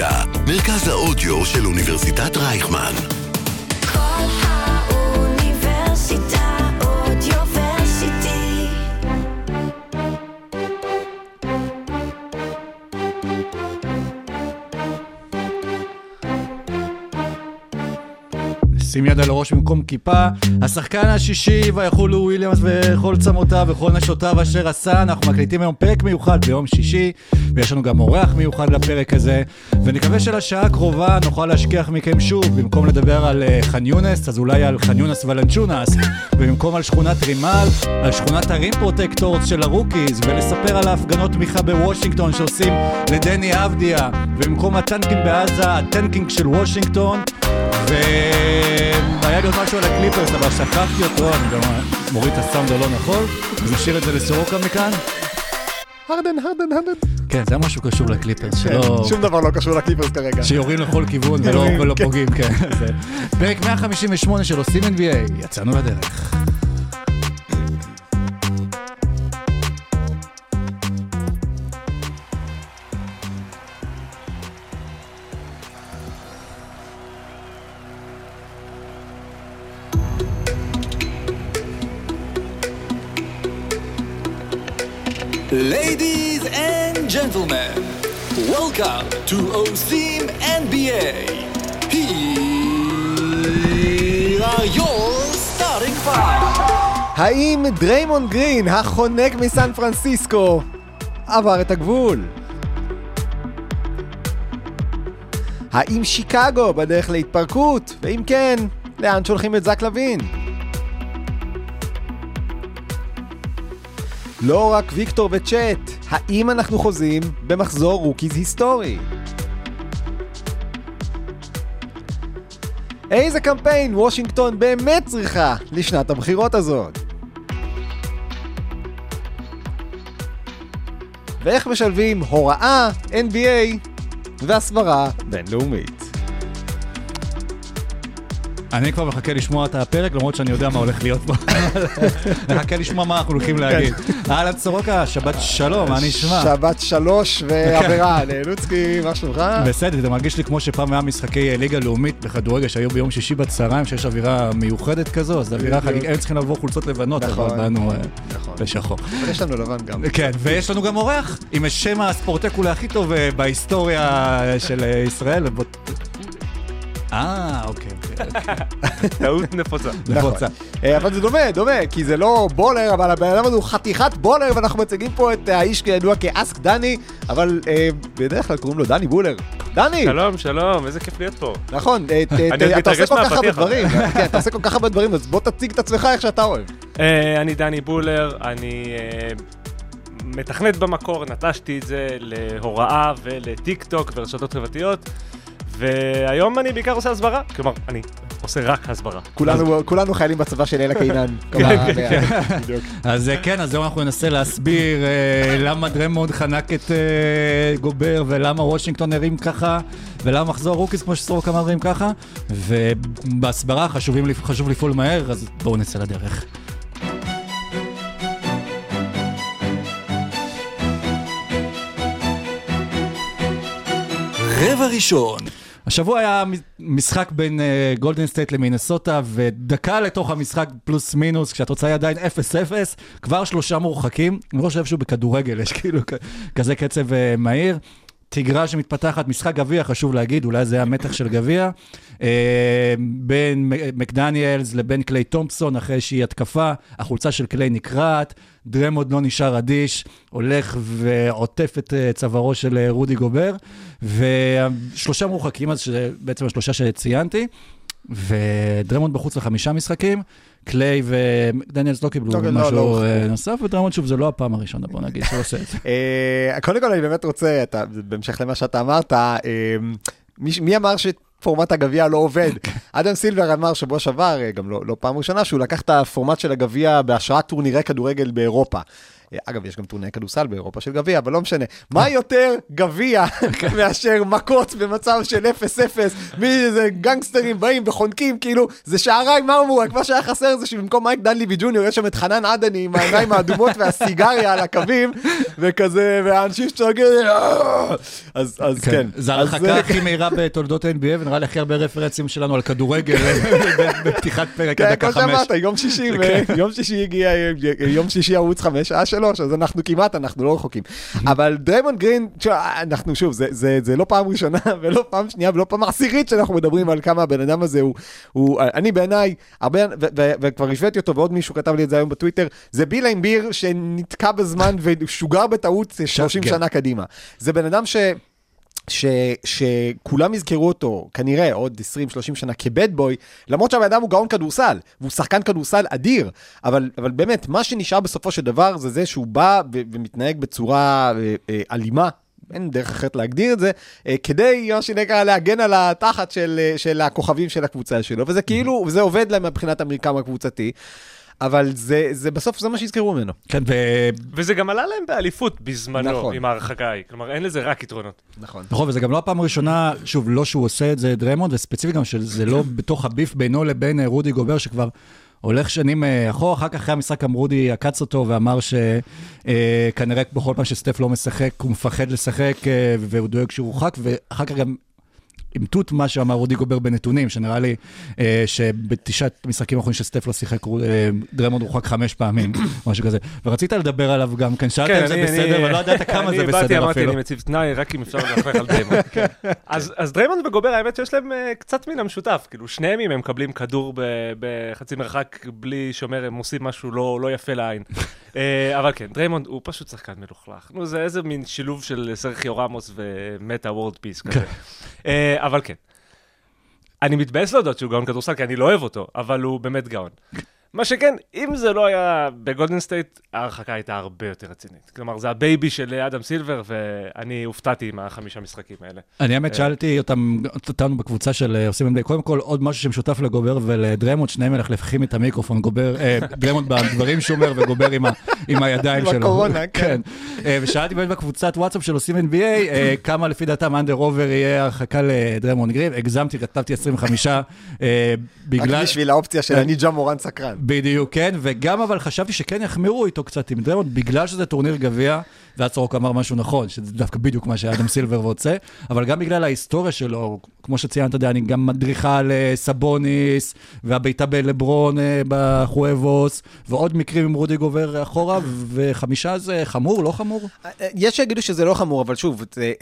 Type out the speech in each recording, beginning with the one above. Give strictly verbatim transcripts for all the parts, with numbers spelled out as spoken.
האוניברסיטה, מרכז האודיו של אוניברסיטת רייכמן. כל האוניברסיטה אודיוורסיטי. שים יד על הראש במקום כיפה, השחקן השישי ויחולו וויליאמס וכל צמותיו וכל נשותיו אשר עשה. אנחנו מקליטים היום פרק מיוחד ביום שישי, ויש לנו גם אורח מיוחד לפרק הזה, ונקווה שלשעה הקרובה נוכל להשכיח מכם שוב, במקום לדבר על ח'אן יונס, אז אולי על ח'אן יונס ולנצ'ונס, ובמקום על שכונת רימל, על שכונת הרים פרוטקטורס של הרוקיז, ולספר על ההפגנות תמיכה בוושינגטון שעושים לדני אבדיה, ובמקום הטנקינג בעזה, הטנקינג של וושינגטון. והיה לי עוד משהו על הקליפרס, אבל שכחתי אותו, אני גם מוריד את הסאונד הלא נכון, אז נשאיר את זה לסורוקה מכאן. הרדן, הרדן, הרדן. כן, זה משהו קשור לקליפרס. שום דבר לא קשור לקליפרס כרגע. שיורים לכל כיוון ולא פוגעים, כן. פרק מאה חמישים ושמונה של עושים אן בי איי, יצאנו לדרך. Ladies and gentlemen, welcome to עושים אן בי איי. Here are your starting five. האם דריימונד גרין, החונק מסן פרנסיסקו, עבר את הגבול? האם שיקגו בדרך להתפרקות? ואם כן, לאן שולחים את זק לוין? לא רק ויקטור וצ'אט, האם אנחנו חוזים במחזור רוקיז היסטורי? איזה קמפיין וושינגטון באמת צריכה לשנת הבחירות הזאת? ואיך משלבים הוראה, אן בי איי והסברה בינלאומית? אני כבר מחכה לשמוע את הפרק, למרות שאני יודע מה הולך להיות פה. מחכה לשמוע מה אנחנו הולכים להגיד. אהלן סורוקה, שבת שלום, מה נשמע? שבת שלוש ועבירה, לוצקי, מה שלומך? בסדר, זה מרגיש לי כמו שפעם היה משחקי ליגה לאומית בכדורגל שהיו ביום שישי בצהריים, שיש אווירה מיוחדת כזו, אז אווירה חגיגית, הם צריכים לבוא חולצות לבנות, אבל באנו בשחור. ויש לנו לבן גם. כן, ויש לנו גם אורח, עם השם הספורטק אולי הכי טוב בהיסטוריה של ישראל. אה, אוקיי, אוקיי. טעות נפוצה. נפוצה. אבל זה דומה, דומה, כי זה לא בולר, אבל הבן אדם הוא חתיכת בולר, ואנחנו מציגים פה את האיש כידוע כאסק דני, אבל בדרך כלל קוראים לו דני בולר. דני! שלום, שלום, איזה כיף להיות פה. נכון, אתה עושה כל כך הרבה דברים, אתה עושה כל כך הרבה דברים, אז בוא תציג את עצמך איך שאתה אוהב. אני דני בולר, אני מתכנת במקור, נטשתי את זה להוראה ולטיק טוק ורשתות חברתיות, והיום אני בעיקר עושה הסברה, כלומר, אני עושה רק הסברה. כולנו חיילים בצבא של אלה קינן. אז כן, אז היום אנחנו ננסה להסביר למה דריימונד חנק את גובר, ולמה וושינגטון הרים ככה, ולמה מחזור רוקיז, כמו שסורוקה אמרים ככה, ובהסברה חשוב לפעול מהר, אז בואו נצא לדרך. רבע ראשון. השבוע היה משחק בין גולדן סטייט למינסוטה, ודקה לתוך המשחק פלוס מינוס, כשהתוצאה היא עדיין אפס אפס, כבר שלושה מורחקים. אני לא חושב שהוא בכדורגל, יש כאילו כזה קצב מהיר. תיגרה שמתפתחת, משחק גביע, חשוב להגיד, אולי זה היה מתח של גביע, בין מקדניאלס לבין קליי תומפסון, אחרי שהיא התקפה, החולצה של קליי נקרעת, דריימונד לא נשאר אדיש, הולך ועוטף את צווארו של רודי גובר, ושלושה מורחקים, אז בעצם השלושה שציינתי, ודריימונד בחוץ לחמישה משחקים, קליי ודניאלס לא קיבלו משהו נוסף, ודריימונד שוב, זה לא הפעם הראשונה, בוא נגיד, שעושה את זה. קודם כל, אני באמת רוצה, בהמשך למה שאתה אמרת, מי אמר שפורמט הגביע לא עובד? אדם סילבר אמר שבוע שעבר, גם לא פעם ראשונה, שהוא לקח את הפורמט של הגביע בהשראת טורנירי כדורגל באירופה. אגב, יש גם טורניר כדורסל באירופה של גביע, אבל לא משנה. מה יותר גביע מאשר מכות במצב של אפס אפס, מאיזה גנגסטרים באים וחונקים, כאילו, זה שעריים מרמורק, מה שהיה חסר זה שבמקום מייק דנליבי ג'וניור, יש שם את חנן עדני עם העיניים האדומות והסיגריה על הקווים, וכזה, והאנשים שצועקים, אז כן. זה ההרחקה הכי מהירה בתולדות ה-אן בי איי, ונראה לי הכי הרבה רפרנסים שלנו על כדורגל, בפתיחת פרק הדקה חמש. כמו שאמרת, יום שישי, יום שישי הגיע, יום שישי ערוץ חמש, שעה שלוש, אז אנחנו כמעט, אנחנו לא רחוקים. אבל דריימונד גרין, אנחנו שוב, זה לא פעם ראשונה, ולא פעם שנייה, ולא פעם עשירית שאנחנו מדברים על כמה הבן אדם הזה הוא, אני בעיניי, וכבר השוויתי אותו, ועוד מישהו כתב לי את זה היום בטוויטר, זה ביל אימביר שנתקע בזמן ושוגר בטעות שלושים שנה קדימה. זה בן אדם ש... ש, שכולם יזכרו אותו, כנראה עוד עשרים שלושים שנה כבד בוי, למרות שהאדם הוא גאון כדורסל, והוא שחקן כדורסל אדיר, אבל, אבל באמת, מה שנשאר בסופו של דבר, זה זה שהוא בא ו, ומתנהג בצורה אה, אה, אלימה, אין דרך אחרת להגדיר את זה, אה, כדי, מה שנקרא, להגן על התחת של, של הכוכבים של הקבוצה שלו, וזה כאילו, וזה עובד להם מבחינת המרקם הקבוצתי, אבל זה, זה בסוף זה מה שיזכרו ממנו. כן, ו... וזה גם עלה להם באליפות בזמנו, נכון. עם ההרחקה ההיא. כלומר, אין לזה רק יתרונות. נכון. נכון, וזה גם לא הפעם הראשונה, שוב, לא שהוא עושה את זה דריימונד, וספציפית גם שזה לא בתוך הביף בינו לבין רודי גובר, שכבר הולך שנים אחורה, אחר כך אחרי המשחק גם רודי עקץ אותו, ואמר שכנראה בכל פעם שסטף לא משחק, הוא מפחד לשחק, והוא דואג שהוא רוחק, ואחר כך גם עם תות מה שאמר רודי גובר בנתונים, שנראה לי אה, שבתשעת משחקים האחרונים שסטף לא שיחק, אה, דריימונד רוחק חמש פעמים, משהו כזה. ורצית לדבר עליו גם, כאן שאלת אם זה בסדר, אבל לא ידעת כמה זה בסדר אפילו. אני באתי, אמרתי, אני מציב תנאי, רק אם אפשר לדבר על דריימונד. אז דריימונד וגובר, האמת שיש להם קצת מן המשותף, כאילו שניהם אם הם מקבלים כדור בחצי מרחק, בלי שומר, הם עושים משהו לא יפה לעין. אבל כן, דריימונד הוא פשוט שחקן מלוכלך. נו, זה איזה מין שילוב של סרחיו רמוס ומטה וורד פיס כזה. אבל כן. אני מתבאס להודות שהוא גאון כדורסל, כי אני לא אוהב אותו, אבל הוא באמת גאון. מה שכן, אם זה לא היה בגולדן סטייט, ההרחקה הייתה הרבה יותר רצינית. כלומר, זה הבייבי של אדם סילבר, ואני הופתעתי עם החמישה משחקים האלה. אני האמת שאלתי אותם, אותנו בקבוצה של עושים אנביי, קודם כל עוד משהו שמשותף לגובר ולדריימונד, שניהם מלכלכים את המיקרופון, גובר, דריימונד בדברים שומר וגובר עם הידיים שלו. עם הקורונה, כן. ושאלתי באמת בקבוצת וואטסאפ של עושים אן בי איי, כמה לפי דעתם אנדר אובר יהיה הרחקה לדריימונד גרין, הגזמתי, כתבתי עשרים וחמישה, בגלל... רק בשביל האופציה של אני ג'ה מורן סקרן. בדיוק, כן, וגם אבל חשבתי שכן יחמירו איתו קצת עם דריימונד, בגלל שזה טורניר גביע, והצורוק אמר משהו נכון, שזה דווקא בדיוק מה שאדם סילבר רוצה, אבל גם בגלל ההיסטוריה שלו, כמו שציינת, אני גם מדריכה לסבוניס, והביתה בלברון בחואבוס, ועוד מקרים עם רודי גובר אחורה, וחמישה זה חמור, לא חמור? יש שיגידו שזה לא חמור, אבל שוב, זה...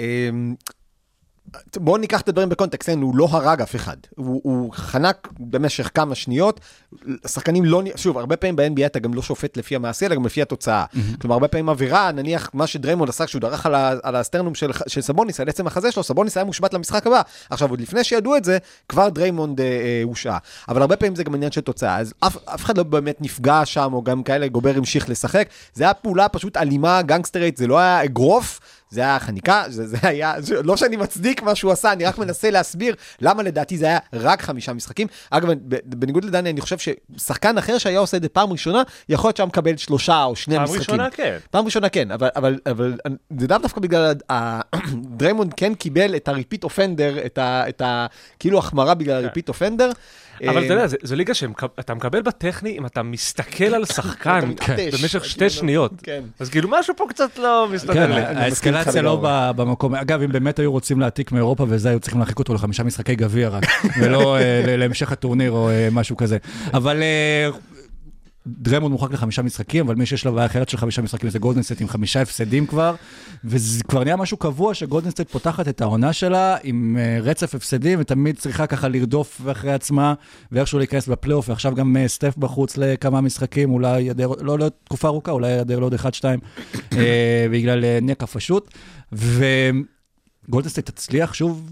בואו ניקח את הדברים בקונטקסט, הוא לא הרג אף אחד, הוא, הוא חנק במשך כמה שניות, השחקנים לא, שוב, הרבה פעמים ב-אן בי איי אתה גם לא שופט לפי המעשה, אלא גם לפי התוצאה, mm-hmm. כלומר, הרבה פעמים אווירה, נניח מה שדריימונד עשה, כשהוא דרך על, ה, על הסטרנום של, של סבוניס, על עצם החזה שלו, סבוניס היה מושבת למשחק הבא, עכשיו, עוד לפני שידעו את זה, כבר דריימונד אה, אה, הושעה, אבל הרבה פעמים זה גם עניין של תוצאה, אז אף, אף אחד לא באמת נפגע שם, או גם כאלה, גובר המשיך לשחק, זה היה פעולה פשוט אלימה, גנגסטרית, זה לא היה אגרוף, זה היה חניקה, זה, זה היה, לא שאני מצדיק מה שהוא עשה, אני רק מנסה להסביר למה לדעתי זה היה רק חמישה משחקים. אגב, בניגוד לדני, אני חושב ששחקן אחר שהיה עושה את זה פעם ראשונה, יכול להיות שם מקבל שלושה או שני פעם משחקים. פעם ראשונה כן. פעם ראשונה כן, אבל, אבל, אבל זה דווקא בגלל, דריימונד כן קיבל את הריפיט אופנדר, את ה, את ה, כאילו החמרה בגלל הריפיט אופנדר. אבל אתה יודע, זו ליגה שאתה מקבל בטכני אם אתה מסתכל על שחקן במשך שתי שניות. אז כאילו משהו פה קצת לא מסתדר לי. האסקלציה לא במקום. אגב, אם באמת היו רוצים להעתיק מאירופה וזה, היו צריכים להרחיק אותו לחמישה משחקי גביע רק, ולא להמשך הטורניר או משהו כזה. אבל... דריימונד מורחק לחמישה משחקים, אבל מי שיש לו בעיה אחרת של חמישה משחקים זה גולדן סטייט עם חמישה הפסדים כבר, וזה כבר נהיה משהו קבוע שגולדן סטייט פותחת את העונה שלה עם רצף הפסדים, ותמיד צריכה ככה לרדוף אחרי עצמה, ואיכשהו להיכנס בפלייאוף, ועכשיו גם סטף בחוץ לכמה משחקים, אולי ידר, לא, לא תקופה ארוכה, אולי ידר לעוד אחד, שתיים, בגלל נקע פשוט, וגולדן סטייט תצליח שוב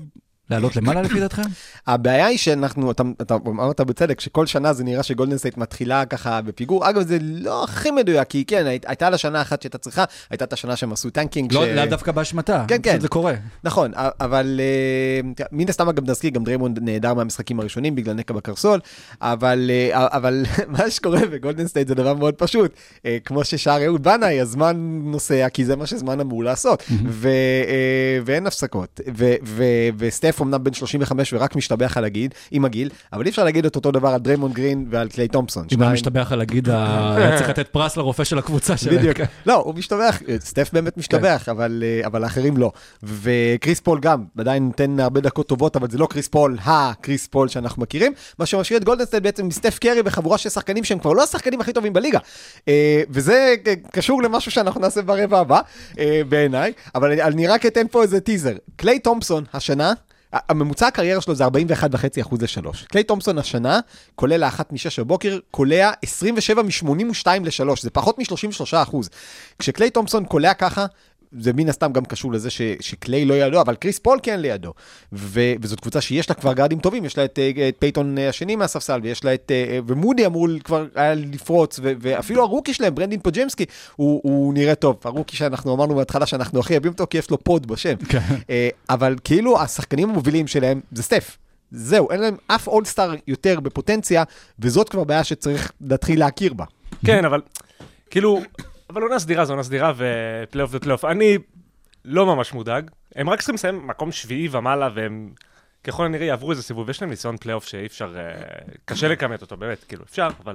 לעלות למעלה לפי דעתכם? הבעיה היא שאנחנו, אתה, אתה אמרת בצדק, שכל שנה זה נראה שגולדן סטייט מתחילה ככה בפיגור. אגב, זה לא הכי מדויק, כי כן, הייתה לה שנה אחת שהייתה צריכה, הייתה את השנה שהם עשו טנקינג. לא, ש... לא דווקא באשמתה, כן, כן. זה קורה. נכון, אבל מן הסתם גם נזכיר, גם דריימונד נהדר מהמשחקים הראשונים, בגלל נקע בקרסול, אבל, אבל מה שקורה בגולדן סטייט זה דבר מאוד פשוט. כמו ששאר אהוד בנאי, הזמן נוסע, כי זה מה שזמן אמור לעשות, ו, ואין הפסקות. ו, ו, וסטף אמנם בן שלושים וחמש ורק משתבח על הגיל, עם הגיל, אבל אי אפשר להגיד את אותו דבר על דריימונד גרין ועל קליי תומפסון. אם הוא משתבח על הגיל, היה צריך לתת פרס לרופא של הקבוצה שלהם. בדיוק. לא, הוא משתבח, סטף באמת משתבח, אבל, אבל האחרים לא. וקריס פול גם, עדיין נותן הרבה דקות טובות, אבל זה לא קריס פול, הקריס פול שאנחנו מכירים, מה שמשאיר את גולדן סטייט בעצם מסטף קרי בחבורה של שחקנים שהם כבר לא השחקנים הכי טובים בליגה. וזה קשור למשהו שאנחנו נעשה ברבע הבא, בעיניי, אבל אני רק אתן פה איזה טיזר. קליי תומפסון השנה, הממוצע הקריירה שלו זה ארבעים ואחד נקודה חמש אחוז לשלוש. קליי תומפסון השנה, כולל לאחת משש בבוקר, קולע עשרים ושבע משמונים ושתיים לשלוש, זה פחות מ-שלושים ושלושה אחוז. כשקליי תומפסון קולע ככה, זה מן הסתם גם קשור לזה ש, שקליי לא ידו, אבל קריס פול כן לידו. ו, וזאת קבוצה שיש לה כבר גארדים טובים, יש לה את, את פייטון השני מהספסל, ויש לה את, ומודי אמור כבר היה לפרוץ, ו, ואפילו הרוקי שלהם, ברנדין פוג'מסקי, הוא, הוא נראה טוב. הרוקי שאנחנו אמרנו בהתחלה שאנחנו הכי אוהבים אותו, כי יש לו פוד בשם. אבל כאילו השחקנים המובילים שלהם זה סטף. זהו, אין להם אף אולסטאר יותר בפוטנציה, וזאת כבר בעיה שצריך להתחיל להכיר בה. כן, אבל כאילו... אבל עונה סדירה זו עונה סדירה ופלייאוף זה פלייאוף. אני לא ממש מודאג. הם רק צריכים לסיים מקום שביעי ומעלה, והם ככל הנראה יעברו איזה סיבוב. יש להם ניסיון פלייאוף שאי אפשר, קשה לקמת אותו, באמת, כאילו, אפשר, אבל...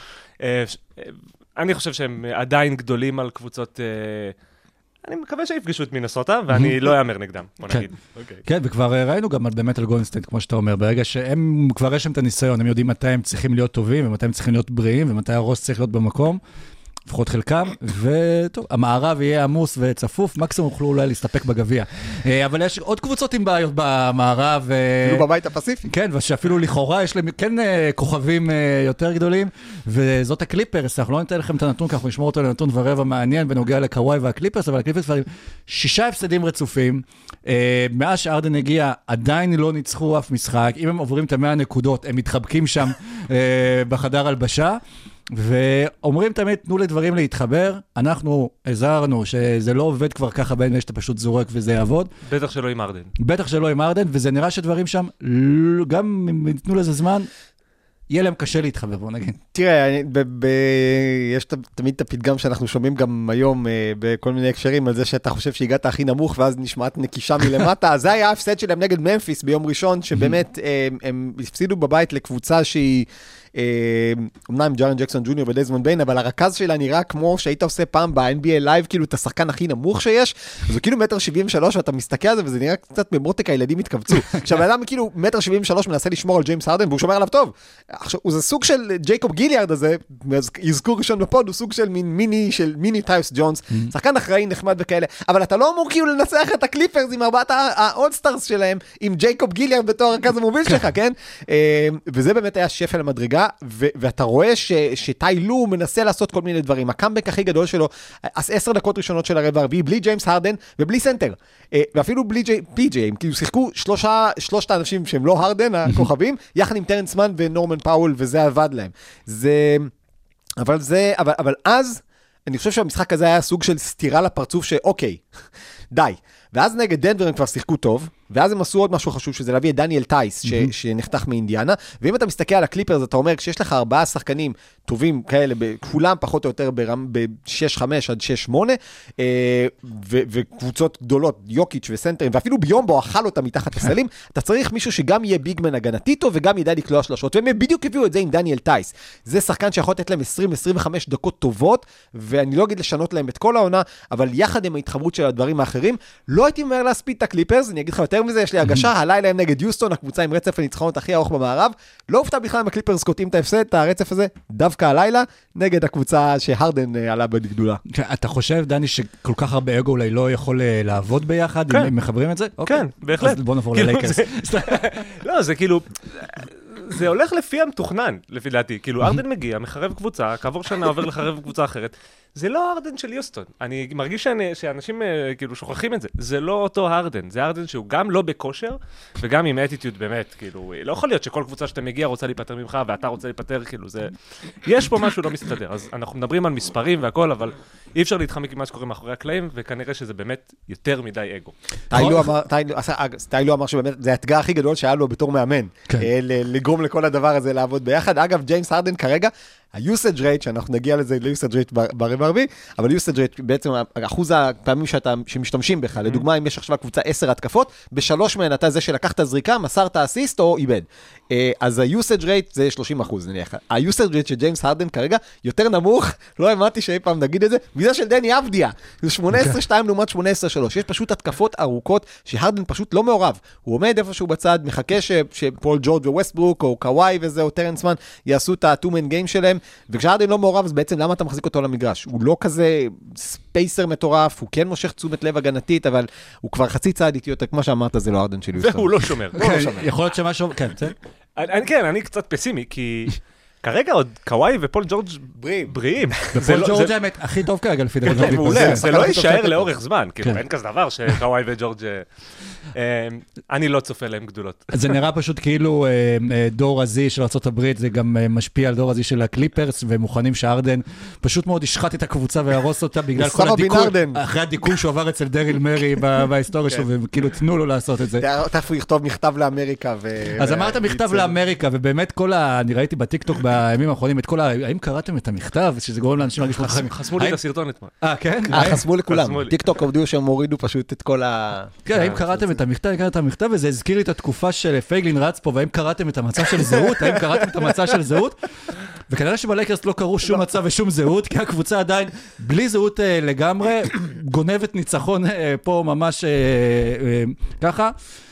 אני חושב שהם עדיין גדולים על קבוצות... אני מקווה שיפגשו את מינסוטה, ואני לא יאמר נגדם, בוא נגיד. כן, וכבר ראינו גם באמת על גולדן סטייט, כמו שאתה אומר, ברגע שהם כבר יש להם את הניסיון, הם יודעים מתי הם צריכים להיות טובים, ומתי הם צריכים להיות בריאים, ומתי הראש צריך להיות במקום. לפחות חלקם, וטוב, המערב יהיה עמוס וצפוף, מקסימום יוכלו אולי להסתפק בגביע. אבל יש עוד קבוצות עם בעיות במערב. אפילו בבית הפסיפי. כן, ושאפילו לכאורה יש להם כן כוכבים יותר גדולים, וזאת הקליפרס, אנחנו לא ניתן לכם את הנתון, כי אנחנו נשמור אותו לנתון ורבע מעניין, בנוגע לקוואי והקליפרס, אבל הקליפרס כבר שישה הפסדים רצופים, מאז שארדן הגיע, עדיין לא ניצחו אף משחק, אם הם עוברים את המאה נקודות, הם מתחבקים שם בחדר הלבשה, ואומרים תמיד, תנו לדברים להתחבר, אנחנו הזהרנו שזה לא עובד כבר ככה בין שאתה פשוט זורק וזה יעבוד. בטח שלא עם ארדן. בטח שלא עם ארדן, וזה נראה שדברים שם, גם אם ייתנו לזה זמן, יהיה להם קשה להתחבר, בוא נגיד. תראה, יש תמיד את הפתגם שאנחנו שומעים גם היום בכל מיני הקשרים, על זה שאתה חושב שהגעת הכי נמוך, ואז נשמעת נקישה מלמטה. זה היה ההפסד שלהם נגד ממפיס ביום ראשון, שבאמת הם הפסידו בבית לקבוצה שהיא... אמנם ג'ארן ג'קסון ג'וניור ודזמונד ביין, אבל הרכז שלה נראה כמו שהיית עושה פעם ב-אן בי איי לייב, כאילו את השחקן הכי נמוך שיש, אז הוא כאילו מטר שבעים ושלוש, ואתה מסתכל על זה, וזה נראה קצת במותק, הילדים התכווצו. עכשיו, האדם כאילו מטר שבעים ושלוש מנסה לשמור על ג'יימס הרדן, והוא שומר עליו טוב. עכשיו, הוא זה סוג של ג'ייקוב גיליארד הזה, יזכור ראשון בפוד, הוא סוג של מין מיני, של מיני טייס ג'ונס, שחקן אחראי, נחמד וכאלה, אבל אתה לא אמור כאילו לנצח את הקליפרס עם ארבעת האולסטארס שלהם, עם ג'ייקוב גיליארד בתור הרכז המוביל שלך, כן? וזה באמת היה שפל המדרגה, ו- ואתה רואה ש- שטי לו מנסה לעשות כל מיני דברים. הקאמבק הכי גדול שלו, עשר דקות ראשונות של הרבע הרביעי, בלי ג'יימס הרדן ובלי סנטר. ואפילו בלי ג'י- פי ג'יי, הם כאילו שיחקו שלושה, שלושת האנשים שהם לא הרדן, הכוכבים, יחד עם טרנס מן ונורמן פאול, וזה עבד להם. זה... אבל זה... אבל, אבל אז, אני חושב שהמשחק הזה היה סוג של סתירה לפרצוף שאוקיי, די. ואז נגד דנבר הם כבר שיחקו טוב, ואז הם עשו עוד משהו חשוב, שזה להביא את דניאל טייס, ש- שנחתך מאינדיאנה, ואם אתה מסתכל על הקליפרס, אתה אומר, כשיש לך ארבעה שחקנים טובים כאלה, כולם פחות או יותר ב-שש חמש עד שש שמונה, ו- וקבוצות גדולות, יוקיץ' וסנטרים, ואפילו ביומבו אכל אותה מתחת לסלים, אתה צריך מישהו שגם יהיה ביגמן הגנתי טוב, וגם ידע לקלוע שלשות, והם בדיוק הביאו את זה עם דניאל טייס. זה שחקן שיכול לתת להם עשרים עד עשרים וחמש דקות טובות, ואני לא אגיד לשנות להם את כל העונה, אבל יחד עם ההתחברות של הדברים האחרים, לא הייתי אומר להספיד את הקליפרס, אני אגיד לך יותר מזה, יש לי הרגשה, הלילה הם נגד יוסטון, הקבוצה עם רצף הניצחונות הכי ארוך במערב, לא הופתע בכלל אם הקליפרס קוטעים את ההפסד, את הרצף הזה, דווקא הלילה, נגד הקבוצה שהרדן עלה בגדולה. אתה חושב, דני, שכל כך הרבה אגו אולי לא יכול לעבוד ביחד, אם מחברים את זה? כן, בהחלט. אז בוא נעבור ללייקרס. לא, זה כאילו... זה הולך לפי המתוכנן, לפי דעתי. כאילו, ארדן מגיע, מחרב קבוצה, כעבור שנה עובר לחרב קבוצה אחרת. זה לא הרדן של יוסטון. אני מרגיש שאני, שאנשים uh, כאילו שוכחים את זה. זה לא אותו הרדן. זה הרדן שהוא גם לא בכושר, וגם עם אטיטיוד באמת, כאילו, לא יכול להיות שכל קבוצה שאתה מגיע רוצה להיפטר ממך, ואתה רוצה להיפטר, כאילו, זה... יש פה משהו לא מסתדר. אז אנחנו מדברים על מספרים והכל, אבל אי אפשר להתחמק עם מה שקורה מאחורי הקלעים, וכנראה שזה באמת יותר מדי אגו. טיילו אמר שבאמת, זה האתגר הכי גדול שהיה לו בתור מאמן, לגרום לכל הדבר הזה לעבוד ביחד. אגב, ג'יימס הרדן כרגע, ה-usage rate, שאנחנו נגיע לזה ל-usage rate ברבע הרביעי, אבל usage rate בעצם אחוז הפעמים שאתה, שמשתמשים בך, לדוגמה, אם יש עכשיו קבוצה עשר התקפות, בשלוש מהן אתה זה שלקחת זריקה, מסרת אסיסט או איבד. אז ה-usage rate זה שלושים אחוז, נניח. ה-usage rate של ג'יימס הרדן כרגע יותר נמוך, לא האמנתי שאי פעם נגיד את זה, בגלל של דני אבדיה. זה שמונה עשרה שתיים לעומת שמונה עשרה שלוש. יש פשוט התקפות ארוכות שהרדן פשוט לא מעורב. הוא עומד איפשהו בצד, מחכה שפול ג'ורג' וווסטברוק או קוואי וזה או טרנסמן יעשו את ה-two-man game שלהם, וכשהרדן לא מעורב, אז בעצם למה אתה מחזיק אותו למגרש? הוא לא כזה ספייסר מטורף, הוא כן מושך תשומת לב הגנתית, אבל הוא כבר חצי צעד איטי יותר, כמו שאמרת, זה לא הרדן שלי. והוא לא שומר. יכול להיות שמשהו, כן, זה? כן, אני קצת פסימי, כי כרגע עוד קוואי ופול ג'ורג' בריאים. ופול ג'ורג' האמת הכי טוב כרגע לפי דבר. זה לא יישאר לאורך זמן, כאילו אין כזה דבר שקוואי וג'ורג' אני לא צופה להם גדולות. זה נראה פשוט כאילו דור הזי של ארצות הברית, זה גם משפיע על דור הזי של הקליפרס, ומוכנים שהרדן פשוט מאוד ישחט את הקבוצה וירוס אותה בגלל כל הדיכוי, אחרי הדיכוי שהוא עבר אצל דריל מרי בהיסטוריה שלו, וכאילו תנו לו לעשות את זה. תכף הוא יכתוב מכתב לאמריקה. אז אמרת מכתב לאמריקה, ובאמת כל ה... אני ראיתי בטיקטוק בימים האחרונים את כל ה... האם קראתם את המכתב? שזה גורם לאנשים להרגיש חכמים. חסמו לי את הסרטון אתמול. אה, כן? חסמו לכולם. טיקטוק עובדו שהם הורידו פשוט את כל ה... כן, האם קראתם את המכתב? קראתם את המכתב, וזה הזכיר לי את התקופה של פייגלין רץ פה, והאם קראתם את המצב של זהות? האם קראתם את המצב של זהות? וכנראה שבלייקרס לא קראו שום מצב ושום זהות, כי הקבוצה עדיין בלי זהות לגמרי, גונבת ניצחון פה ממש ככה,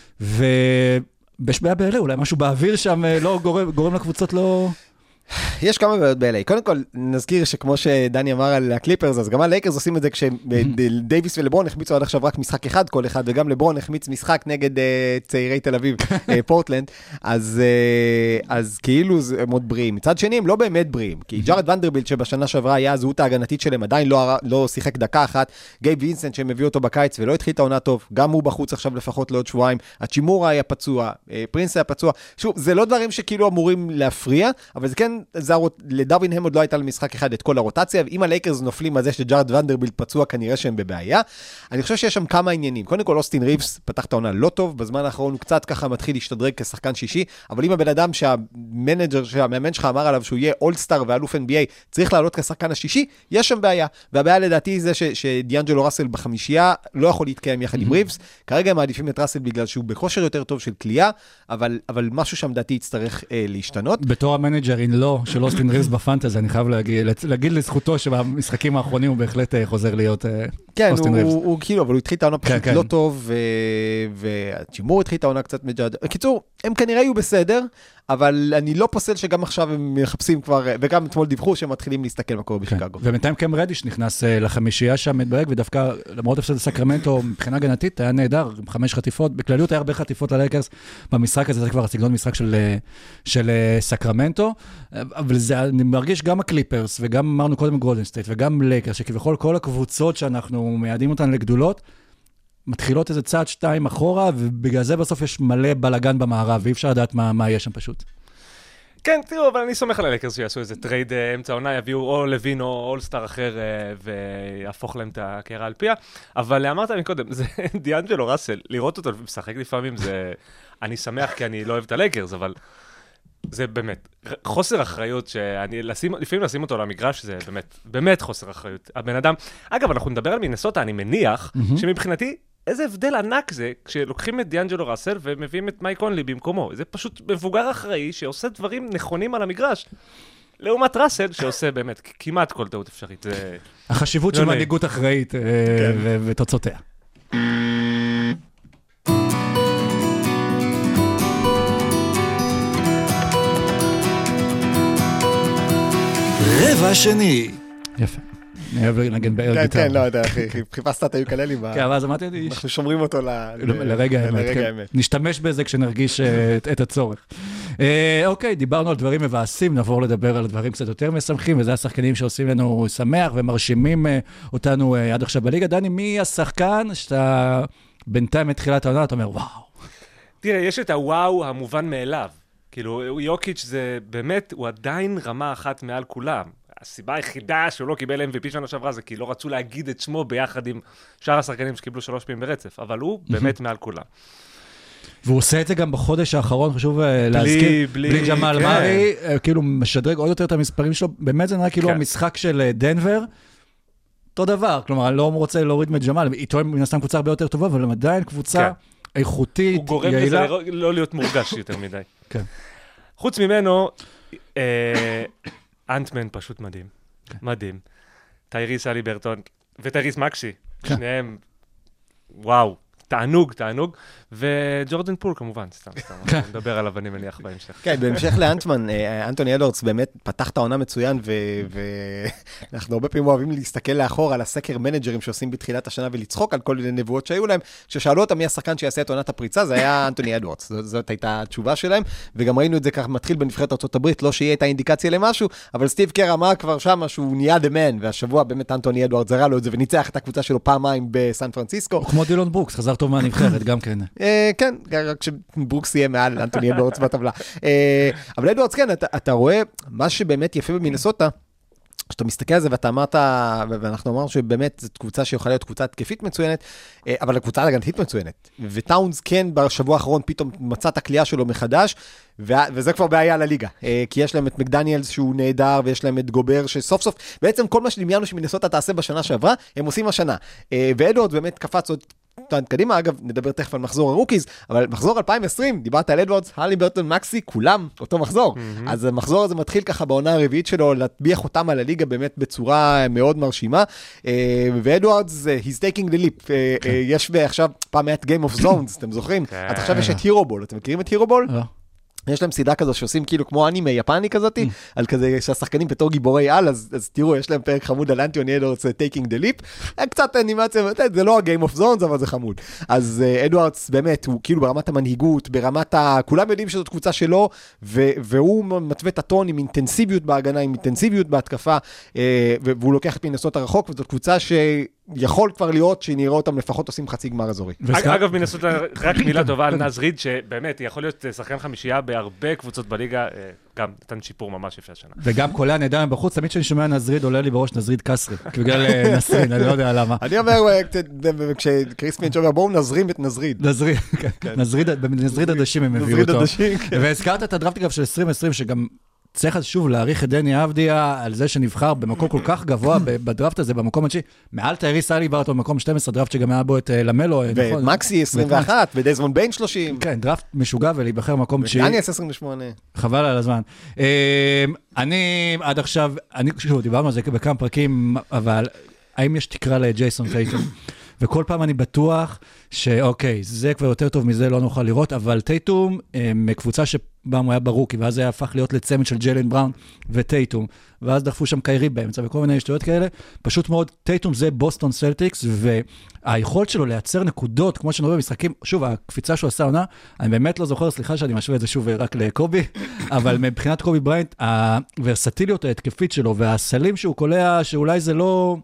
ובשביעה באלה, אולי משהו באוויר שם לא גורם לקבוצות לא... יש כמה בעיות ב-אל איי. קודם כל, נזכיר שכמו שדני אמר על הקליפרס, אז גם הלייקרס עושים את זה כשדייביס ולברון החמיצו עד עכשיו רק משחק אחד, כל אחד, וגם לברון החמיץ משחק נגד צעירי תל אביב, פורטלנד, אז כאילו הם עוד בריאים. מצד שני, הם לא באמת בריאים, כי ג'ארד ונדרבילט שבשנה שעברה היה הזהות ההגנתית שלהם, עדיין לא שיחק דקה אחת, גייב וינסנט שהם הביאו אותו בקיץ ולא התחיל את העונה טוב, גם הוא בחוץ עכשיו לפחות לעוד שבועיים, הצ'ימורה היה פצוע, פרינס היה פצוע. שוב, זה לא דברים שכאילו אמורים להפריע, אבל זה כן, לדרווין הם עוד לא הייתה למשחק אחד את כל הרוטציה, ואם הלייקרס נופלים על זה שג'ארד ונדרבילט פצוע, כנראה שהם בבעיה. אני חושב שיש שם כמה עניינים. קודם כל, אוסטין ריבס פתח את העונה לא טוב, בזמן האחרון הוא קצת ככה מתחיל להשתדרג כשחקן שישי, אבל אם הבן אדם שהמנג'ר, שהמאמן שלך אמר עליו שהוא יהיה אולסטאר ואלוף אן בי איי, צריך לעלות כשחקן השישי, יש שם בעיה. והבעיה לדעתי זה שדיאנג'לו ראסל בחמישייה לא יכול להתקיים יחד עם ריבס. כרגע הם מעדיפים את ראסל בגלל שהוא בכושר יותר טוב של כלייה, אבל, אבל משהו שם דעתי יצטרך אה, להשתנות. בתור המנג'ר, אין לא, של אוסטין ריבס בפנטזי, אני חייב להגיד, להגיד לזכותו שבמשחקים האחרונים הוא בהחלט חוזר להיות כן, אוסטין ריבס. כן, הוא כאילו, אבל הוא התחיל את העונה פשוט לא טוב, והצ'ימור התחיל את העונה קצת מג'אד. בקיצור, הם כנראה יהיו בסדר, אבל אני לא פוסל שגם עכשיו הם מחפשים כבר, וגם אתמול דיווחו שהם מתחילים להסתכל מה קורה בשיקגו. ובינתיים קם רדיש נכנס לחמישייה שם מתברג, ודווקא למרות הפסד סקרמנטו מבחינה הגנתית היה נהדר, חמש חטיפות, בכלליות היה הרבה חטיפות ללייקרס במשחק הזה, זה כבר הסגנון משחק של, של סקרמנטו, אבל זה, אני מרגיש גם הקליפרס, וגם אמרנו קודם גולדן סטייט, וגם לייקרס, שכביכול כל הקבוצות שאנחנו מייעדים אותן לגדולות, מתחילות איזה צעד שתיים אחורה, ובגלל זה בסוף יש מלא בלגן במערב, ואי אפשר לדעת מה, מה יש שם פשוט. כן, תראו, אבל אני סומך על הלייקרס שיעשו איזה טרייד אמצע עונה, יביאו או לוין או אולסטאר אחר, ויהפוך להם את הקערה על פיה. אבל אמרת מקודם, זה דיאנג'לו ראסל, לראות אותו משחק לפעמים, זה... אני שמח כי אני לא אוהב את הלייקרס, אבל זה באמת חוסר אחריות, שאני לשים, לפעמים לשים אותו למגרש, זה באמת, באמת חוסר אחריות. הבן אדם, אגב, אנחנו נדבר על מינסוטה, אני מניח שמבחינתי, איזה הבדל ענק זה, כשלוקחים את דיאנג'לו ראסל ומביאים את מייק קונלי במקומו. זה פשוט מבוגר אחראי שעושה דברים נכונים על המגרש. לעומת ראסל שעושה באמת כמעט כל טעות אפשרית. החשיבות של מנהיגות אחראית ותוצאותיה. רבע שני. יפה. אני אוהב לנגן באר גיטר. כן, כן, לא יודע, חיפשת את היוקללי. כן, אבל אז אמרתי, אנחנו שומרים אותו לרגע האמת. נשתמש בזה כשנרגיש את הצורך. אה, אוקיי, דיברנו על דברים מבאסים, נעבור לדבר על דברים קצת יותר משמחים, וזה השחקנים שעושים לנו שמח ומרשימים אה, אותנו אה, עד עכשיו בליגה. דני, מי השחקן שאתה בינתיים מתחילת העונה, אתה אומר, וואו. תראה, יש את הוואו המובן מאליו. כאילו, יוקיץ' זה באמת, הוא עדיין רמה אחת מעל כולם. הסיבה היחידה שהוא לא קיבל אם וי פי שנה שעברה זה כי לא רצו להגיד את שמו ביחד עם שאר השחקנים שקיבלו שלוש פעמים ברצף, אבל הוא באמת מעל כולם. והוא עושה את זה גם בחודש האחרון, חשוב להזכיר, בלי ג'מאל מארי, כאילו משדרג עוד יותר את המספרים שלו, באמת זה נראה כאילו המשחק של דנבר, אותו דבר, כלומר, אני לא רוצה להוריד מג'מאל, איתו מן הסתם קבוצה הרבה יותר טובה, אבל עדיין קבוצה איכותית, יעילה. הוא גורם לזה לא להיות מורגש יותר מדי. חוץ ממנו, אנטמן פשוט מדהים, מדהים. טייריס אלי ברטון וטייריס מקסי, שניהם, וואו, תענוג, תענוג, וג'ורדן פול כמובן, סתם, סתם, אנחנו נדבר עליו אני מניח בהמשך. כן, בהמשך לאנטמן, אנטוני אדוארדס באמת פתח את העונה מצוין, ואנחנו הרבה פעמים אוהבים להסתכל לאחור על הסקר מנג'רים שעושים בתחילת השנה ולצחוק על כל מיני נבואות שהיו להם, כששאלו אותם מי השחקן שיעשה את עונת הפריצה, זה היה אנטוני אדוארדס, זאת הייתה התשובה שלהם, וגם ראינו את זה כך מתחיל בנבחרת ארצות הברית, לא שיהיה את האינדיקציה למשהו, אבל סטיב קר אמר כבר שם שהוא נהיה the man, והשבוע באמת אנטוני אדוארדס זרע לו את זה וניצח את הקבוצה שלו פעמיים בסן פרנסיסקו. כמו דילון ברוקס, חזר טוב מהנבחרת, גם כן. כן, רק שברוקס יהיה מעל אנטוני אדוארדס בטבלה. אבל אדוארדס, כן, אתה רואה מה שבאמת יפה במינסוטה, שאתה מסתכל על זה ואתה אמרת, ואנחנו אמרנו שבאמת זו קבוצה שיכולה להיות קבוצה תקפית מצוינת, אבל הקבוצה הגנתית מצוינת. וטאונס כן בשבוע האחרון פתאום מצא את הקליעה שלו מחדש, וזה כבר בעיה לליגה. כי יש להם את מקדניאלס שהוא נהדר, ויש להם את גובר שסוף סוף, בעצם כל מה שדמיינו שמינסוטה תעשה בשנה שעברה, הם עושים השנה. ואדוארדס באמת קפץ עוד קדימה, אגב, נדבר תכף על מחזור הרוקיז, אבל מחזור אלפיים ועשרים, דיברת על אדוארדס, הליברטון, מקסי, כולם אותו מחזור. Mm-hmm. אז המחזור הזה מתחיל ככה בעונה הרביעית שלו, להטביח אותם על הליגה באמת בצורה מאוד מרשימה, ואדוארדס, he's taking the leap. Okay. יש עכשיו פעם מעט Game of Zones, אתם זוכרים? Okay. אז עכשיו יש את הירו-בול, אתם מכירים את הירו-בול? לא. יש להם סדרה כזו שעושים כאילו כמו אנימה יפני כזאת, על כזה שהשחקנים בתור גיבורי על, אז, אז תראו, יש להם פרק חמוד על אנטוני אדוארדס taking the leap, קצת אנימציה, זה לא ה-Game of Zones, אבל זה חמוד. אז אדוארדס באמת, הוא כאילו ברמת המנהיגות, ברמת ה... כולם יודעים שזאת קבוצה שלו, ו- והוא מתווה את הטון עם אינטנסיביות בהגנה, עם אינטנסיביות בהתקפה, והוא לוקח את מינסוטה רחוק, וזאת קבוצה ש... יכול כבר להיות שנראה אותם לפחות עושים חצי גמר אזורי. אגב, מינסוטה, רק מילה טובה על נז ריד, שבאמת יכול להיות שחקן חמישייה בהרבה קבוצות בליגה, גם נתן שיפור ממש יפה השנה. וגם קולע נהדר מבחוץ, תמיד כשאני שומע נז ריד, עולה לי בראש נז ריד קסרי, בגלל נסרין, אני לא יודע למה. אני אומר, כשקריס פינץ' אומר, בואו נזרים את נזריד. נזריד, נזריד עדשים הם הביאו אותו. והזכרת את הדראפט אגב של עשרים עשרים, שגם צריך שוב להעריך את דני אבדיה על זה שנבחר במקום כל כך גבוה בדראפט הזה, במקום התשיעי, מעל טייריס אלי ברטון, במקום שתים עשרה דראפט שגם היה בו את למלו. ומקסי עשרים ואחת, ודזמונד ביין שלושים. כן, דראפט משוגע ולהיבחר במקום תשיעי. ודניאס עשרים ושמונה. חבל על הזמן. אני עד עכשיו, אני שוב, דיברנו על זה בכמה פרקים, אבל האם יש תקרה לג'ייסון טייטום? וכל פעם אני בטוח שאוקיי, זה כבר יותר טוב מזה, לא נוכל לראות, אבל טייטום, מקבוצה שפעם הוא היה ברוקי, ואז זה הפך להיות לצמד של ג'יילן בראון וטייטום, ואז דחפו שם קיירי באמצע, וכל מיני שטויות כאלה, פשוט מאוד, טייטום זה בוסטון סלטיקס, והיכולת שלו לייצר נקודות, כמו שנראה במשחקים, שוב, הקפיצה שהוא עשה עונה, אני באמת לא זוכר, סליחה שאני משווה את זה שוב רק לקובי, אבל מבחינת קובי בריינט, הוורסטיליות ההתקפית שלו, והסלים שהוא קולע, שאולי זה לא...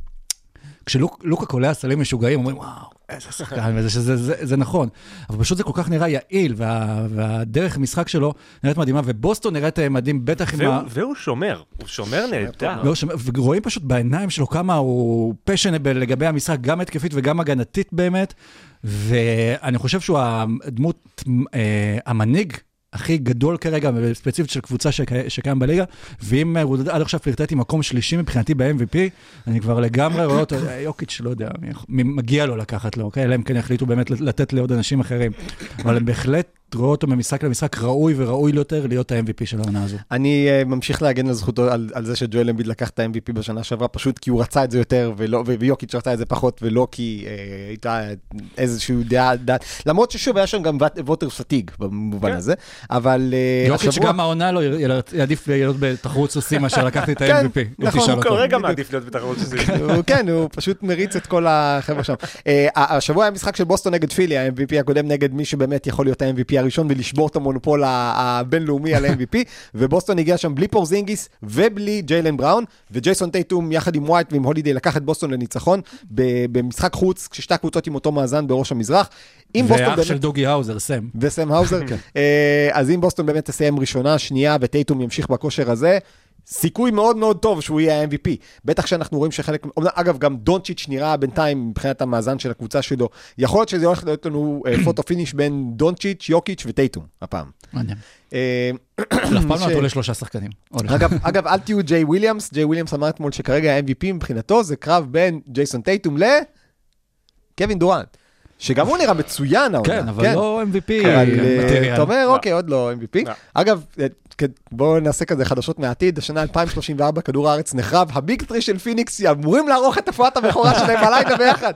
כשלוקה קולע סלים משוגעים, אומרים, וואו, איזה שחקן, וזה, שזה, זה, זה נכון. אבל פשוט זה כל כך נראה יעיל, וה, והדרך המשחק שלו נראית מדהימה, ובוסטון נראית מדהים, בטח עם ה... והוא שומר, הוא שומר נהדר. ורואים פשוט בעיניים שלו כמה הוא פשנבל לגבי המשחק, גם התקפית וגם הגנתית באמת, ואני חושב שהוא הדמות, המנהיג, הכי גדול כרגע, ספציפית של קבוצה שקיים בליגה, ואם הוא עד עכשיו פלרטט עם מקום שלישי מבחינתי ב-אם וי פי, אני כבר לגמרי רואה אותו, יוקיץ' לא יודע, מגיע לו לקחת לו, אוקיי? אלא הם כן החליטו באמת לתת לעוד אנשים אחרים, אבל הם בהחלט רואה אותו ממשחק למשחק ראוי וראוי יותר להיות ה-אם וי פי של העונה הזו. אני ממשיך להגן על זכותו, על, על זה שג'ואל אמביד לקח את ה-אם וי פי בשנה שעברה, פשוט כי הוא רצה את זה יותר, ולא, ויוקיץ' רצה את זה פחות, ולא כי אה, הייתה איזשהו דעה, דעת, למרות ששוב היה שם גם ווטר פטיג במובן הזה, אבל יוקיץ' גם העונה לא יעדיף להיות בתחרות סוסים מאשר לקחתי את ה-אם וי פי. נכון, הוא כרגע מעדיף להיות בתחרות סוסים. כן, הוא פשוט מריץ את כל החבר'ה שם. השבוע היה משחק של בוסטון נגד פילי, ה-אם וי פי הקודם נגד מי שבאמת יכול להיות ה-אם וי פי פי הראשון ולשבור את המונופול הבינלאומי על ה-אם וי פי, ובוסטון הגיע שם בלי פורזינגיס ובלי ג'יילן בראון, וג'ייסון טייטום יחד עם ווייט ועם הולידיי לקח את בוסטון לניצחון, במשחק חוץ, כששתי הקבוצות עם אותו מאזן בראש המזרח. ואח של דוגי האוזר, סם. וסם האוזר. אז אם בוסטון באמת תסיים ראשונה, שנייה, וטייטום ימשיך בכושר הזה, סיכוי מאוד מאוד טוב שהוא יהיה ה-אם וי פי. בטח שאנחנו רואים שחלק, אגב, גם דונצ'יץ' נראה בינתיים מבחינת המאזן של הקבוצה שלו. יכול להיות שזה הולך להיות לנו פוטו פיניש בין דונצ'יץ', יוקיץ' וטייטום, הפעם. מעניין. אף פעם לא נתנו לשלושה שחקנים. אגב, אל תהיו ג'יי וויליאמס. ג'יי וויליאמס אמר אתמול שכרגע ה-אם וי פי מבחינתו זה קרב בין ג'ייסון טייטום לקווין דורנט. שגם הוא נראה מצוין, כן, אבל לא אם וי פי. אתה אומר, אוקיי, עוד לא אם וי פי. אגב, בואו נעשה כזה חדשות מהעתיד, השנה אלפיים שלושים וארבע, כדור הארץ נחרב, הביג טרי של פיניקס אמורים לערוך את הפרעת המכורה שלהם בלילה ביחד.